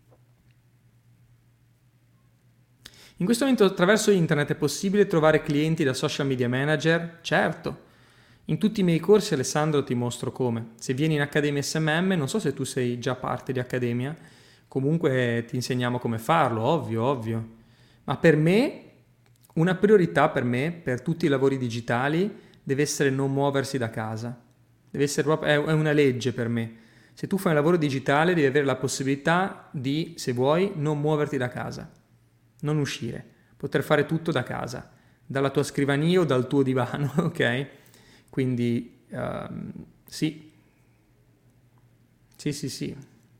Speaker 1: In questo momento attraverso internet è possibile trovare clienti da social media manager? Certo. In tutti i miei corsi, Alessandro, ti mostro come. Se vieni in Accademia SMM, non so se tu sei già parte di Accademia, comunque ti insegniamo come farlo, ovvio, ovvio. Ma per me, una priorità per me, per tutti i lavori digitali, deve essere non muoversi da casa. Deve essere proprio, è una legge per me. Se tu fai un lavoro digitale devi avere la possibilità di, se vuoi, non muoverti da casa, non uscire, poter fare tutto da casa, dalla tua scrivania o dal tuo divano, ok? Quindi sì, sì, sì, sì.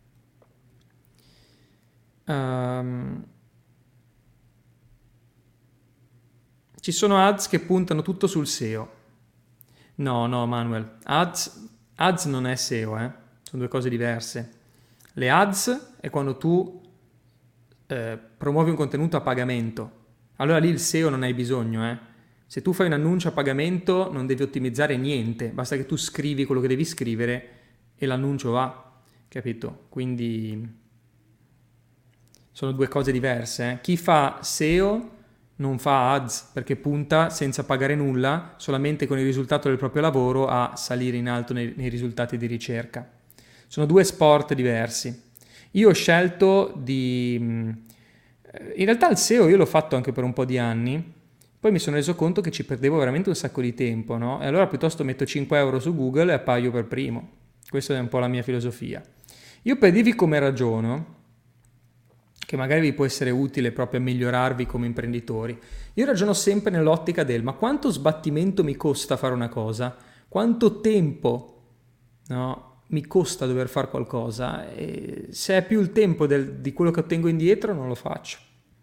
Speaker 1: Ci sono ads che puntano tutto sul SEO. No, no, Manuel, ads non è SEO, sono due cose diverse. Le ads è quando tu promuovi un contenuto a pagamento. Allora lì il SEO non hai bisogno, Se tu fai un annuncio a pagamento non devi ottimizzare niente, basta che tu scrivi quello che devi scrivere e l'annuncio va, capito? Quindi sono due cose diverse. Chi fa SEO non fa ads perché punta senza pagare nulla, solamente con il risultato del proprio lavoro a salire in alto nei risultati di ricerca. Sono due sport diversi. Io ho scelto di... In realtà il SEO io l'ho fatto anche per un po' di anni, poi mi sono reso conto che ci perdevo veramente un sacco di tempo, no? E allora piuttosto metto 5 euro su Google e appaio per primo. Questa è un po' la mia filosofia. Io per dirvi come ragiono, che magari vi può essere utile proprio a migliorarvi come imprenditori, io ragiono sempre nell'ottica del ma quanto sbattimento mi costa fare una cosa? Quanto tempo, no, mi costa dover fare qualcosa? E se è più il tempo di quello che ottengo indietro, non lo faccio.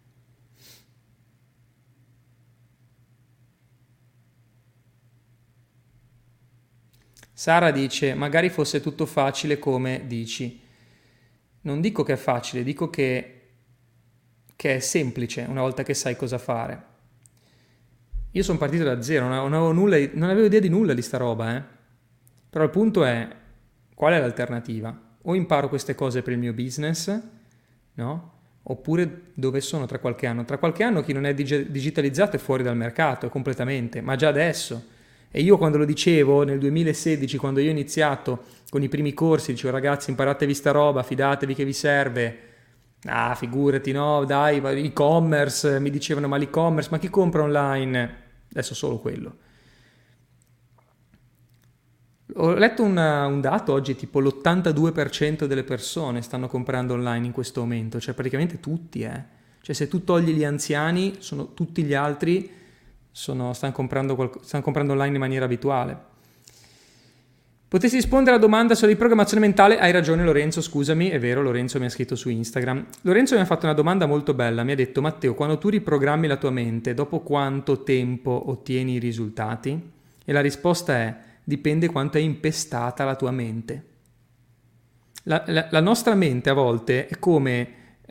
Speaker 1: Sara dice, magari fosse tutto facile come dici. Non dico che è facile, dico che è semplice una volta che sai cosa fare. Io sono partito da zero, non avevo idea di nulla di sta roba, Però il punto è, qual è l'alternativa? O imparo queste cose per il mio business, no? Oppure dove sono tra qualche anno? Tra qualche anno chi non è digitalizzato è fuori dal mercato, completamente, ma già adesso. E io quando lo dicevo nel 2016, quando io ho iniziato con i primi corsi, dicevo ragazzi imparatevi sta roba, fidatevi che vi serve. Ah, figurati, no, dai, e-commerce, mi dicevano ma l'e-commerce, ma chi compra online? Adesso solo quello. Ho letto un dato oggi, tipo l'82% delle persone stanno comprando online in questo momento, cioè praticamente tutti. Cioè se tu togli gli anziani, tutti gli altri stanno comprando online in maniera abituale. Potessi rispondere alla domanda sulla riprogrammazione mentale? Hai ragione Lorenzo, scusami, è vero, Lorenzo mi ha scritto su Instagram. Lorenzo mi ha fatto una domanda molto bella, mi ha detto Matteo, quando tu riprogrammi la tua mente, dopo quanto tempo ottieni i risultati? E la risposta è dipende quanto è impestata la tua mente. La nostra mente a volte è come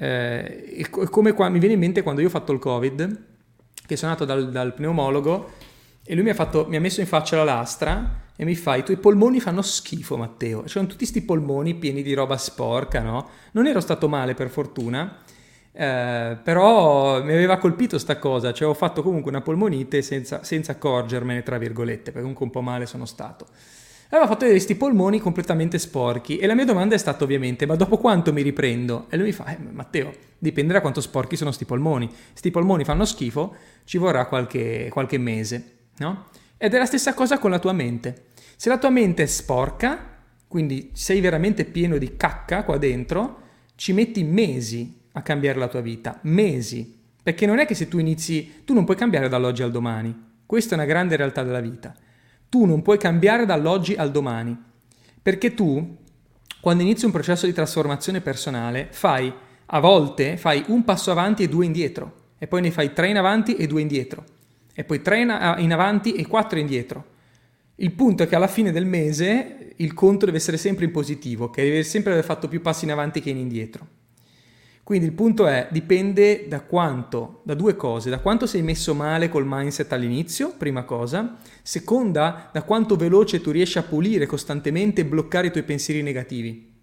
Speaker 1: mi viene in mente quando io ho fatto il Covid, che sono andato dal pneumologo e lui mi ha messo in faccia la lastra e mi fa, i tuoi polmoni fanno schifo Matteo, c'erano tutti sti polmoni pieni di roba sporca, no? Non ero stato male per fortuna, però mi aveva colpito sta cosa, cioè ho fatto comunque una polmonite senza accorgermene, tra virgolette, perché comunque un po' male sono stato. Aveva fatto vedere questi polmoni completamente sporchi e la mia domanda è stata ovviamente, ma dopo quanto mi riprendo? E lui mi fa, Matteo, dipende da quanto sporchi sono sti polmoni. Sti polmoni fanno schifo, ci vorrà qualche mese, no? Ed è la stessa cosa con la tua mente. Se la tua mente è sporca, quindi sei veramente pieno di cacca qua dentro, ci metti mesi a cambiare la tua vita, mesi. Perché non è che se tu inizi, tu non puoi cambiare dall'oggi al domani. Questa è una grande realtà della vita. Tu non puoi cambiare dall'oggi al domani. Perché tu, quando inizi un processo di trasformazione personale, a volte fai un passo avanti e 2 indietro. E poi ne fai 3 in avanti e 2 indietro. E poi 3 in avanti e 4 indietro. Il punto è che alla fine del mese il conto deve essere sempre in positivo, che deve sempre aver fatto più passi in avanti che in indietro. Quindi il punto dipende da 2 cose, da quanto sei messo male col mindset all'inizio, prima cosa, seconda, da quanto veloce tu riesci a pulire costantemente e bloccare i tuoi pensieri negativi.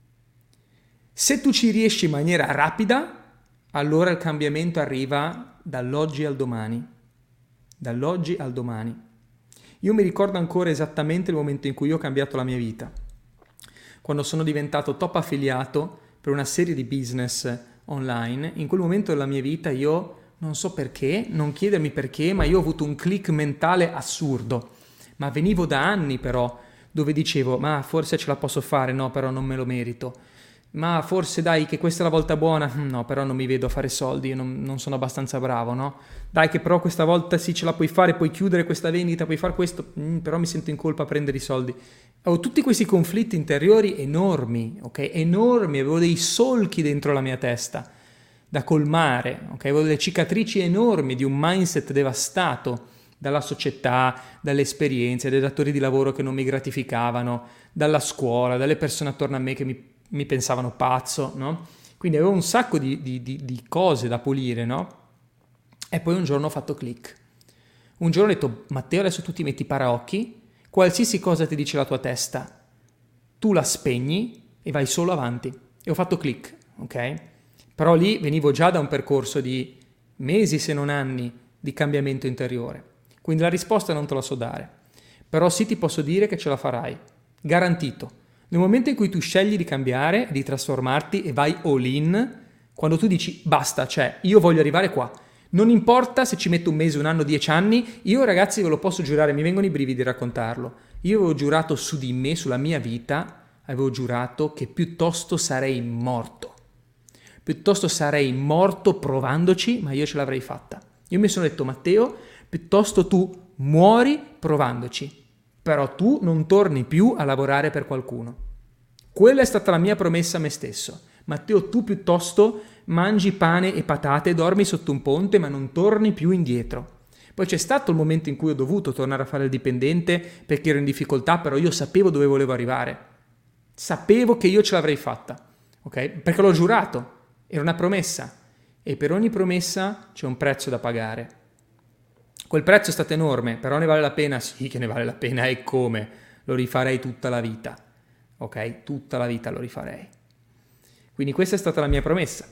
Speaker 1: Se tu ci riesci in maniera rapida, allora il cambiamento arriva dall'oggi al domani. Dall'oggi al domani. Io mi ricordo ancora esattamente il momento in cui io ho cambiato la mia vita. Quando sono diventato top affiliato per una serie di business online, in quel momento della mia vita io non so perché, non chiedermi perché, ma io ho avuto un click mentale assurdo. Ma venivo da anni però, dove dicevo, ma forse ce la posso fare, no, però non me lo merito. Ma forse dai che questa è la volta buona, no, però non mi vedo a fare soldi, io non sono abbastanza bravo, no? Dai che però questa volta sì ce la puoi fare, puoi chiudere questa vendita, puoi fare questo, però mi sento in colpa a prendere i soldi. Ho tutti questi conflitti interiori enormi, ok? Enormi, avevo dei solchi dentro la mia testa da colmare, ok? Avevo delle cicatrici enormi di un mindset devastato dalla società, dalle esperienze, dai datori di lavoro che non mi gratificavano, dalla scuola, dalle persone attorno a me che mi pensavano pazzo, no? Quindi avevo un sacco di cose da pulire, no? E poi un giorno ho fatto click. Un giorno ho detto, Matteo, adesso tu ti metti i paraocchi, qualsiasi cosa ti dice la tua testa, tu la spegni e vai solo avanti. E ho fatto click, ok? Però lì venivo già da un percorso di mesi, se non anni, di cambiamento interiore. Quindi la risposta non te la so dare. Però sì ti posso dire che ce la farai. Garantito. Nel momento in cui tu scegli di cambiare, di trasformarti e vai all in, quando tu dici basta, cioè io voglio arrivare qua, non importa se ci metto un mese, un anno, 10 anni, io ragazzi ve lo posso giurare, mi vengono i brividi a raccontarlo. Io avevo giurato su di me, sulla mia vita, avevo giurato che piuttosto sarei morto. Piuttosto sarei morto provandoci, ma io ce l'avrei fatta. Io mi sono detto, Matteo, piuttosto tu muori provandoci. Però tu non torni più a lavorare per qualcuno. Quella è stata la mia promessa a me stesso. Matteo, tu piuttosto mangi pane e patate, dormi sotto un ponte, ma non torni più indietro. Poi c'è stato il momento in cui ho dovuto tornare a fare il dipendente perché ero in difficoltà, però io sapevo dove volevo arrivare. Sapevo che io ce l'avrei fatta, ok? Perché l'ho giurato, era una promessa. E per ogni promessa c'è un prezzo da pagare. Quel prezzo è stato enorme, però ne vale la pena? Sì che ne vale la pena, e come? Lo rifarei tutta la vita, ok? Tutta la vita lo rifarei. Quindi questa è stata la mia promessa.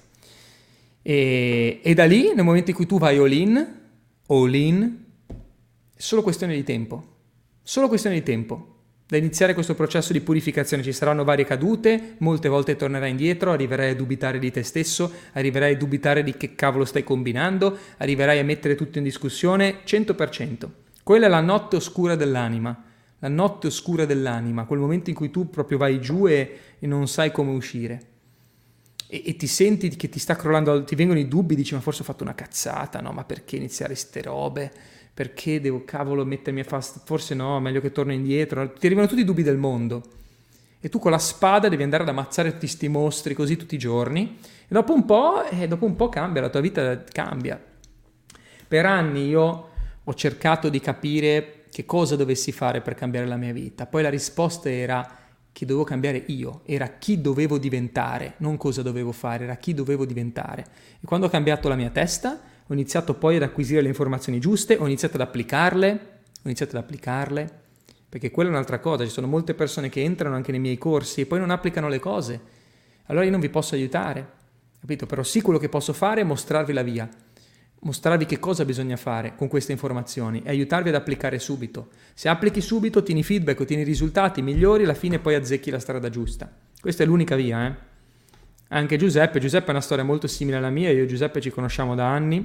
Speaker 1: E da lì, nel momento in cui tu vai all in, è solo questione di tempo. Solo questione di tempo. Da iniziare questo processo di purificazione ci saranno varie cadute, molte volte tornerai indietro, arriverai a dubitare di te stesso, arriverai a dubitare di che cavolo stai combinando, arriverai a mettere tutto in discussione, 100%. Quella è la notte oscura dell'anima, la notte oscura dell'anima, quel momento in cui tu proprio vai giù e non sai come uscire. E ti senti che ti sta crollando, ti vengono i dubbi, dici ma forse ho fatto una cazzata, no? Ma perché iniziare ste robe? Perché devo cavolo mettermi a fare, forse no, meglio che torno indietro. Ti arrivano tutti i dubbi del mondo e tu con la spada devi andare ad ammazzare tutti sti mostri così tutti i giorni e dopo un po' cambia, la tua vita cambia. Per anni io ho cercato di capire che cosa dovessi fare per cambiare la mia vita, poi la risposta era che dovevo cambiare io, era chi dovevo diventare, non cosa dovevo fare, era chi dovevo diventare. E quando ho cambiato la mia testa ho iniziato poi ad acquisire le informazioni giuste, ho iniziato ad applicarle, perché quella è un'altra cosa, ci sono molte persone che entrano anche nei miei corsi e poi non applicano le cose, allora io non vi posso aiutare, capito? Però sì, quello che posso fare è mostrarvi la via, mostrarvi che cosa bisogna fare con queste informazioni e aiutarvi ad applicare subito. Se applichi subito, ottieni feedback, ottieni risultati migliori, alla fine poi azzecchi la strada giusta. Questa è l'unica via, eh. Anche Giuseppe è una storia molto simile alla mia, io e Giuseppe ci conosciamo da anni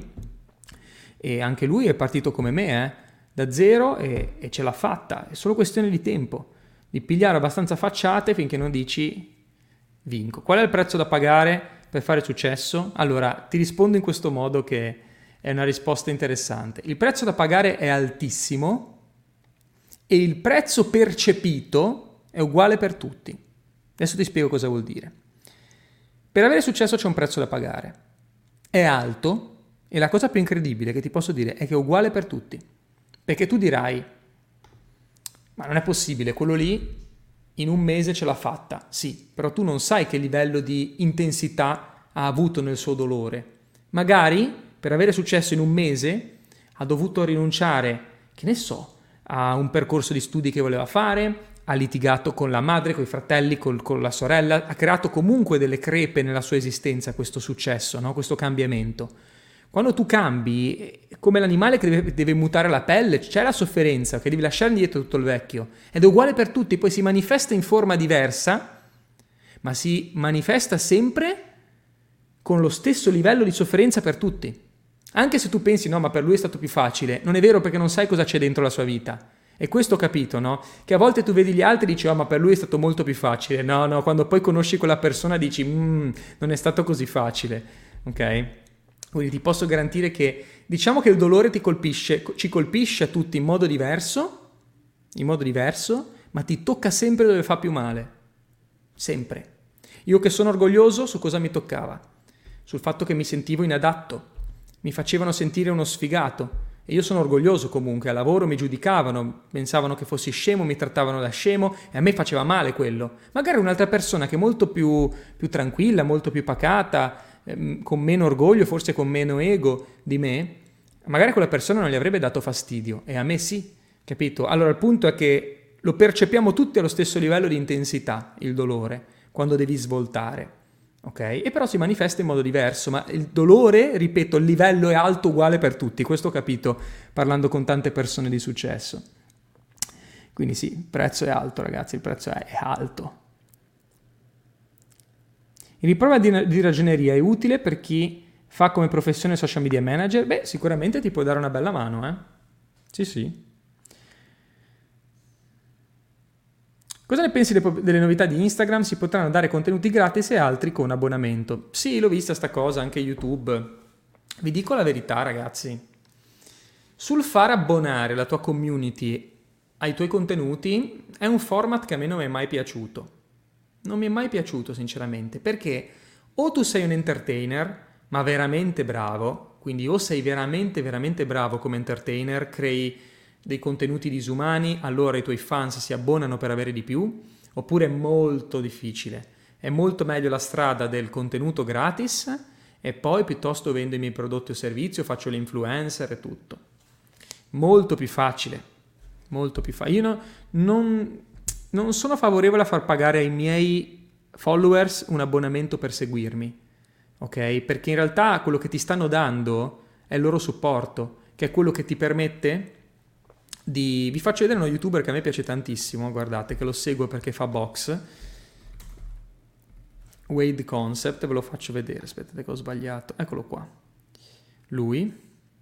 Speaker 1: e anche lui è partito come me, da zero e ce l'ha fatta. È solo questione di tempo, di pigliare abbastanza facciate finché non dici vinco. Qual è il prezzo da pagare per fare successo? Allora, ti rispondo in questo modo che è una risposta interessante. Il prezzo da pagare è altissimo e il prezzo percepito è uguale per tutti. Adesso ti spiego cosa vuol dire. Per avere successo c'è un prezzo da pagare. È alto e la cosa più incredibile che ti posso dire è che è uguale per tutti. Perché tu dirai, ma non è possibile, quello lì in un mese ce l'ha fatta. Sì, però tu non sai che livello di intensità ha avuto nel suo dolore. Magari per avere successo in un mese ha dovuto rinunciare, che ne so, a un percorso di studi che voleva fare, ha litigato con la madre, con i fratelli, con la sorella, ha creato comunque delle crepe nella sua esistenza questo successo, no? Questo cambiamento. Quando tu cambi, come l'animale che deve mutare la pelle, c'è la sofferenza, che devi lasciare indietro tutto il vecchio, ed è uguale per tutti, poi si manifesta in forma diversa, ma si manifesta sempre con lo stesso livello di sofferenza per tutti. Anche se tu pensi, no, ma per lui è stato più facile, non è vero perché non sai cosa c'è dentro la sua vita. E questo ho capito, no? Che a volte tu vedi gli altri e dici, oh, ma per lui è stato molto più facile. No, quando poi conosci quella persona dici, non è stato così facile, ok? Quindi ti posso garantire che, diciamo che il dolore ci colpisce a tutti in modo diverso, ma ti tocca sempre dove fa più male. Sempre. Io che sono orgoglioso, su cosa mi toccava? Sul fatto che mi sentivo inadatto. Mi facevano sentire uno sfigato. E io sono orgoglioso comunque, al lavoro mi giudicavano, pensavano che fossi scemo, mi trattavano da scemo e a me faceva male quello. Magari un'altra persona che è molto più tranquilla, molto più pacata, con meno orgoglio, forse con meno ego di me, magari quella persona non gli avrebbe dato fastidio e a me sì, capito? Allora il punto è che lo percepiamo tutti allo stesso livello di intensità, il dolore, quando devi svoltare. Ok? E però si manifesta in modo diverso, ma il dolore, ripeto, il livello è alto uguale per tutti, questo ho capito parlando con tante persone di successo. Quindi sì, il prezzo è alto, ragazzi, il prezzo è alto. Il riprova di ragioneria è utile per chi fa come professione social media manager? Beh, sicuramente ti può dare una bella mano, Sì. Cosa ne pensi delle novità di Instagram? Si potranno dare contenuti gratis e altri con abbonamento. Sì, l'ho vista sta cosa, anche YouTube. Vi dico la verità, ragazzi. Sul far abbonare la tua community ai tuoi contenuti è un format che a me non mi è mai piaciuto. Non mi è mai piaciuto, sinceramente, perché o tu sei un entertainer, ma veramente bravo, quindi o sei veramente, veramente bravo come entertainer, crei dei contenuti disumani, allora i tuoi fans si abbonano per avere di più, oppure è molto difficile. È molto meglio la strada del contenuto gratis e poi piuttosto vendo i miei prodotti o servizi o faccio l'influencer e tutto. Molto più facile, molto più facile. Io non sono favorevole a far pagare ai miei followers un abbonamento per seguirmi, ok? Perché in realtà quello che ti stanno dando è il loro supporto, che è quello che ti permette vi faccio vedere uno youtuber che a me piace tantissimo, guardate, che lo seguo perché fa box, Wade Concept, ve lo faccio vedere, aspettate che ho sbagliato, eccolo qua, lui,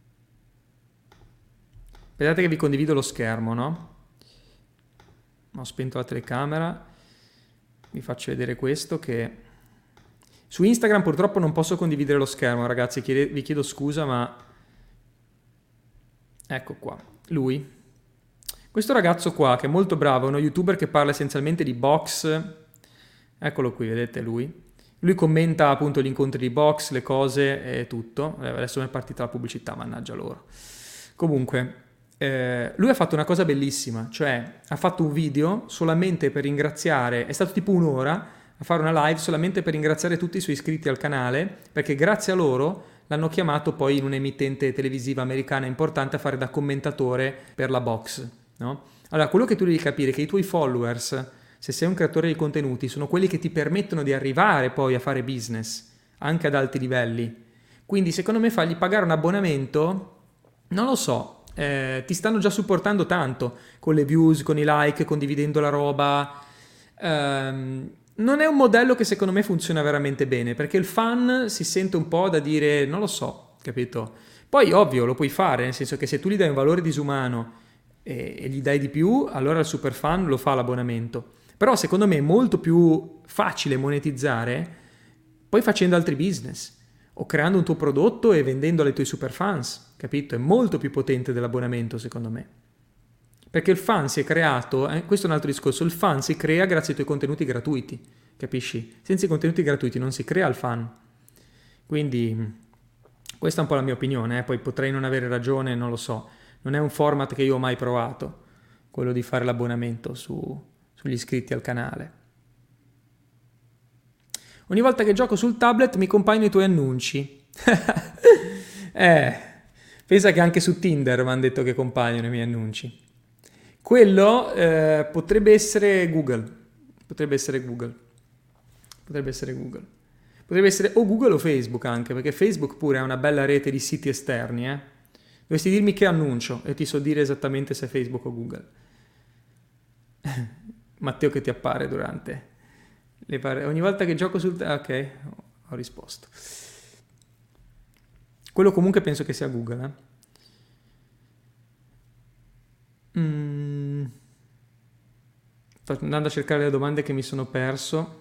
Speaker 1: aspettate che vi condivido lo schermo, no? Ho spento la telecamera, vi faccio vedere questo che... Su Instagram purtroppo non posso condividere lo schermo, ragazzi, vi chiedo scusa, ma... Ecco qua, lui... Questo ragazzo qua, che è molto bravo, è uno youtuber che parla essenzialmente di box, eccolo qui, vedete lui? Lui commenta appunto gli incontri di box, le cose e tutto. Adesso mi è partita la pubblicità, mannaggia loro. Comunque, lui ha fatto una cosa bellissima, cioè ha fatto un video solamente per ringraziare, è stato tipo un'ora a fare una live solamente per ringraziare tutti i suoi iscritti al canale, perché grazie a loro l'hanno chiamato poi in un'emittente televisiva americana importante a fare da commentatore per la box. No? Allora, quello che tu devi capire è che i tuoi followers, se sei un creatore di contenuti, sono quelli che ti permettono di arrivare poi a fare business, anche ad alti livelli. Quindi secondo me fargli pagare un abbonamento, non lo so, ti stanno già supportando tanto con le views, con i like, condividendo la roba. Non è un modello che secondo me funziona veramente bene, perché il fan si sente un po' da dire non lo so, capito? Poi ovvio lo puoi fare, nel senso che se tu gli dai un valore disumano e gli dai di più, allora il super fan lo fa l'abbonamento. Però secondo me è molto più facile monetizzare poi facendo altri business o creando un tuo prodotto e vendendolo ai tuoi super fans, capito? È molto più potente dell'abbonamento secondo me. Perché il fan si è creato, questo è un altro discorso, il fan si crea grazie ai tuoi contenuti gratuiti, capisci? Senza i contenuti gratuiti non si crea il fan. Quindi questa è un po' la mia opinione, poi potrei non avere ragione, non lo so. Non è un format che io ho mai provato, quello di fare l'abbonamento sugli iscritti al canale. Ogni volta che gioco sul tablet mi compaiono i tuoi annunci. Pensa che anche su Tinder mi hanno detto che compaiono i miei annunci. Quello potrebbe essere Google. Potrebbe essere Google. Potrebbe essere Google. Potrebbe essere o Google o Facebook anche, perché Facebook pure ha una bella rete di siti esterni, Dovresti dirmi che annuncio e ti so dire esattamente se è Facebook o Google. Matteo che ti appare durante ogni volta che gioco sul... Ok, ho risposto. Quello comunque penso che sia Google, Sto andando a cercare le domande che mi sono perso.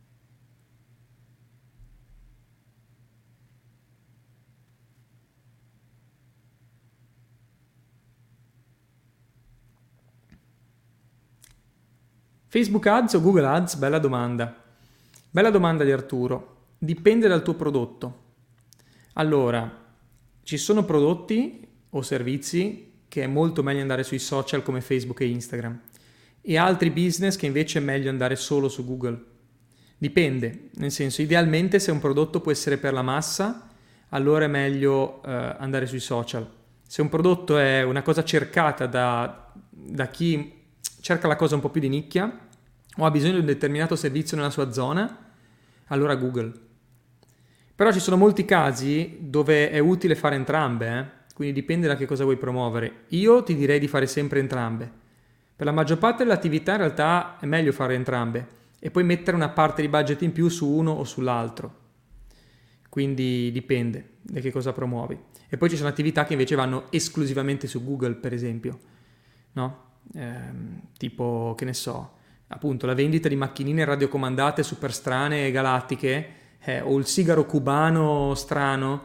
Speaker 1: Facebook Ads o Google Ads? Bella domanda. Bella domanda di Arturo. Dipende dal tuo prodotto. Allora, ci sono prodotti o servizi che è molto meglio andare sui social come Facebook e Instagram e altri business che invece è meglio andare solo su Google. Dipende, nel senso, idealmente se un prodotto può essere per la massa, allora è meglio andare sui social. Se un prodotto è una cosa cercata da chi cerca la cosa un po' più di nicchia o ha bisogno di un determinato servizio nella sua zona, allora Google. Però ci sono molti casi dove è utile fare entrambe, quindi dipende da che cosa vuoi promuovere. Io ti direi di fare sempre entrambe. Per la maggior parte dell'attività in realtà è meglio fare entrambe e poi mettere una parte di budget in più su uno o sull'altro. Quindi dipende da che cosa promuovi. E poi ci sono attività che invece vanno esclusivamente su Google, per esempio, no? Tipo, che ne so, appunto la vendita di macchinine radiocomandate super strane e galattiche, o il sigaro cubano strano.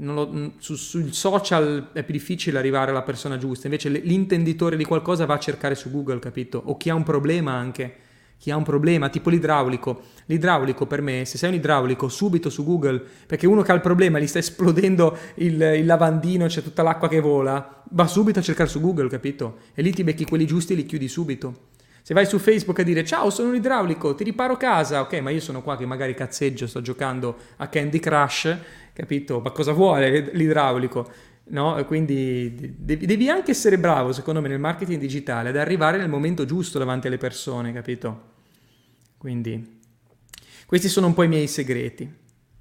Speaker 1: Sul social è più difficile arrivare alla persona giusta, invece l'intenditore di qualcosa va a cercare su Google, capito? O chi ha un problema anche, chi ha un problema, tipo l'idraulico per me, se sei un idraulico subito su Google, perché uno che ha il problema gli sta esplodendo il lavandino, c'è tutta l'acqua che vola, va subito a cercare su Google, capito? E lì ti becchi quelli giusti e li chiudi subito. Se vai su Facebook a dire ciao sono un idraulico, ti riparo casa, ok, ma io sono qua che magari cazzeggio, sto giocando a Candy Crush, capito? Ma cosa vuole l'idraulico? No? Quindi devi anche essere bravo, secondo me, nel marketing digitale, ad arrivare nel momento giusto davanti alle persone, capito? Quindi questi sono un po' i miei segreti.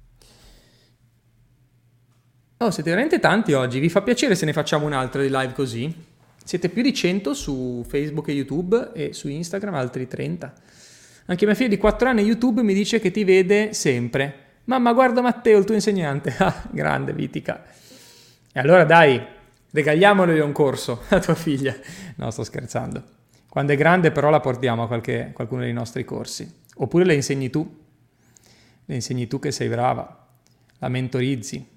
Speaker 1: Oh, siete veramente tanti oggi, vi fa piacere se ne facciamo un'altra di live così? Siete più di 100 su Facebook e YouTube e su Instagram altri 30. Anche mia figlia di 4 anni a YouTube mi dice che ti vede sempre. Mamma, guarda Matteo, il tuo insegnante. Ah, grande Vitica. E allora dai, regaliamolo un corso a tua figlia. No, sto scherzando. Quando è grande però la portiamo a qualcuno dei nostri corsi. Oppure le insegni tu. Le insegni tu che sei brava. La mentorizzi.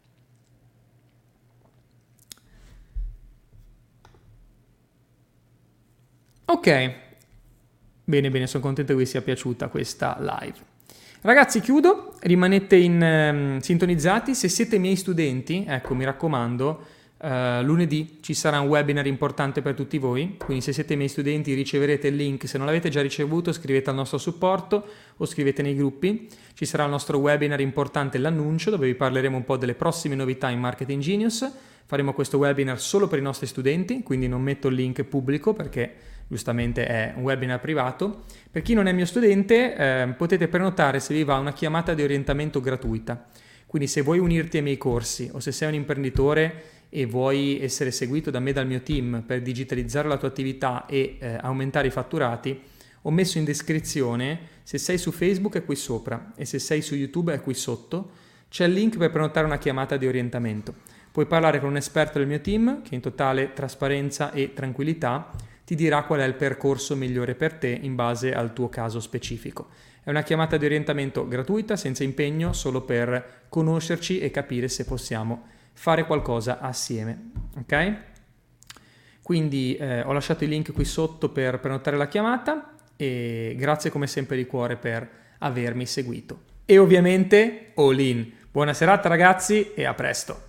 Speaker 1: Ok, bene, sono contento che vi sia piaciuta questa live. Ragazzi, chiudo, rimanete sintonizzati. Se siete miei studenti, ecco, mi raccomando, lunedì ci sarà un webinar importante per tutti voi, quindi se siete miei studenti riceverete il link. Se non l'avete già ricevuto, scrivete al nostro supporto o scrivete nei gruppi. Ci sarà il nostro webinar importante, l'annuncio, dove vi parleremo un po' delle prossime novità in Marketing Genius. Faremo questo webinar solo per i nostri studenti, quindi non metto il link pubblico perché giustamente è un webinar privato. Per chi non è mio studente potete prenotare se vi va una chiamata di orientamento gratuita. Quindi se vuoi unirti ai miei corsi o se sei un imprenditore e vuoi essere seguito da me e dal mio team per digitalizzare la tua attività e aumentare i fatturati, ho messo in descrizione, se sei su Facebook è qui sopra e se sei su YouTube è qui sotto, c'è il link per prenotare una chiamata di orientamento. Puoi parlare con un esperto del mio team che in totale trasparenza e tranquillità ti dirà qual è il percorso migliore per te in base al tuo caso specifico. È una chiamata di orientamento gratuita, senza impegno, solo per conoscerci e capire se possiamo fare qualcosa assieme, ok? Quindi ho lasciato il link qui sotto per prenotare la chiamata e grazie come sempre di cuore per avermi seguito. E ovviamente all in. Buona serata ragazzi e a presto!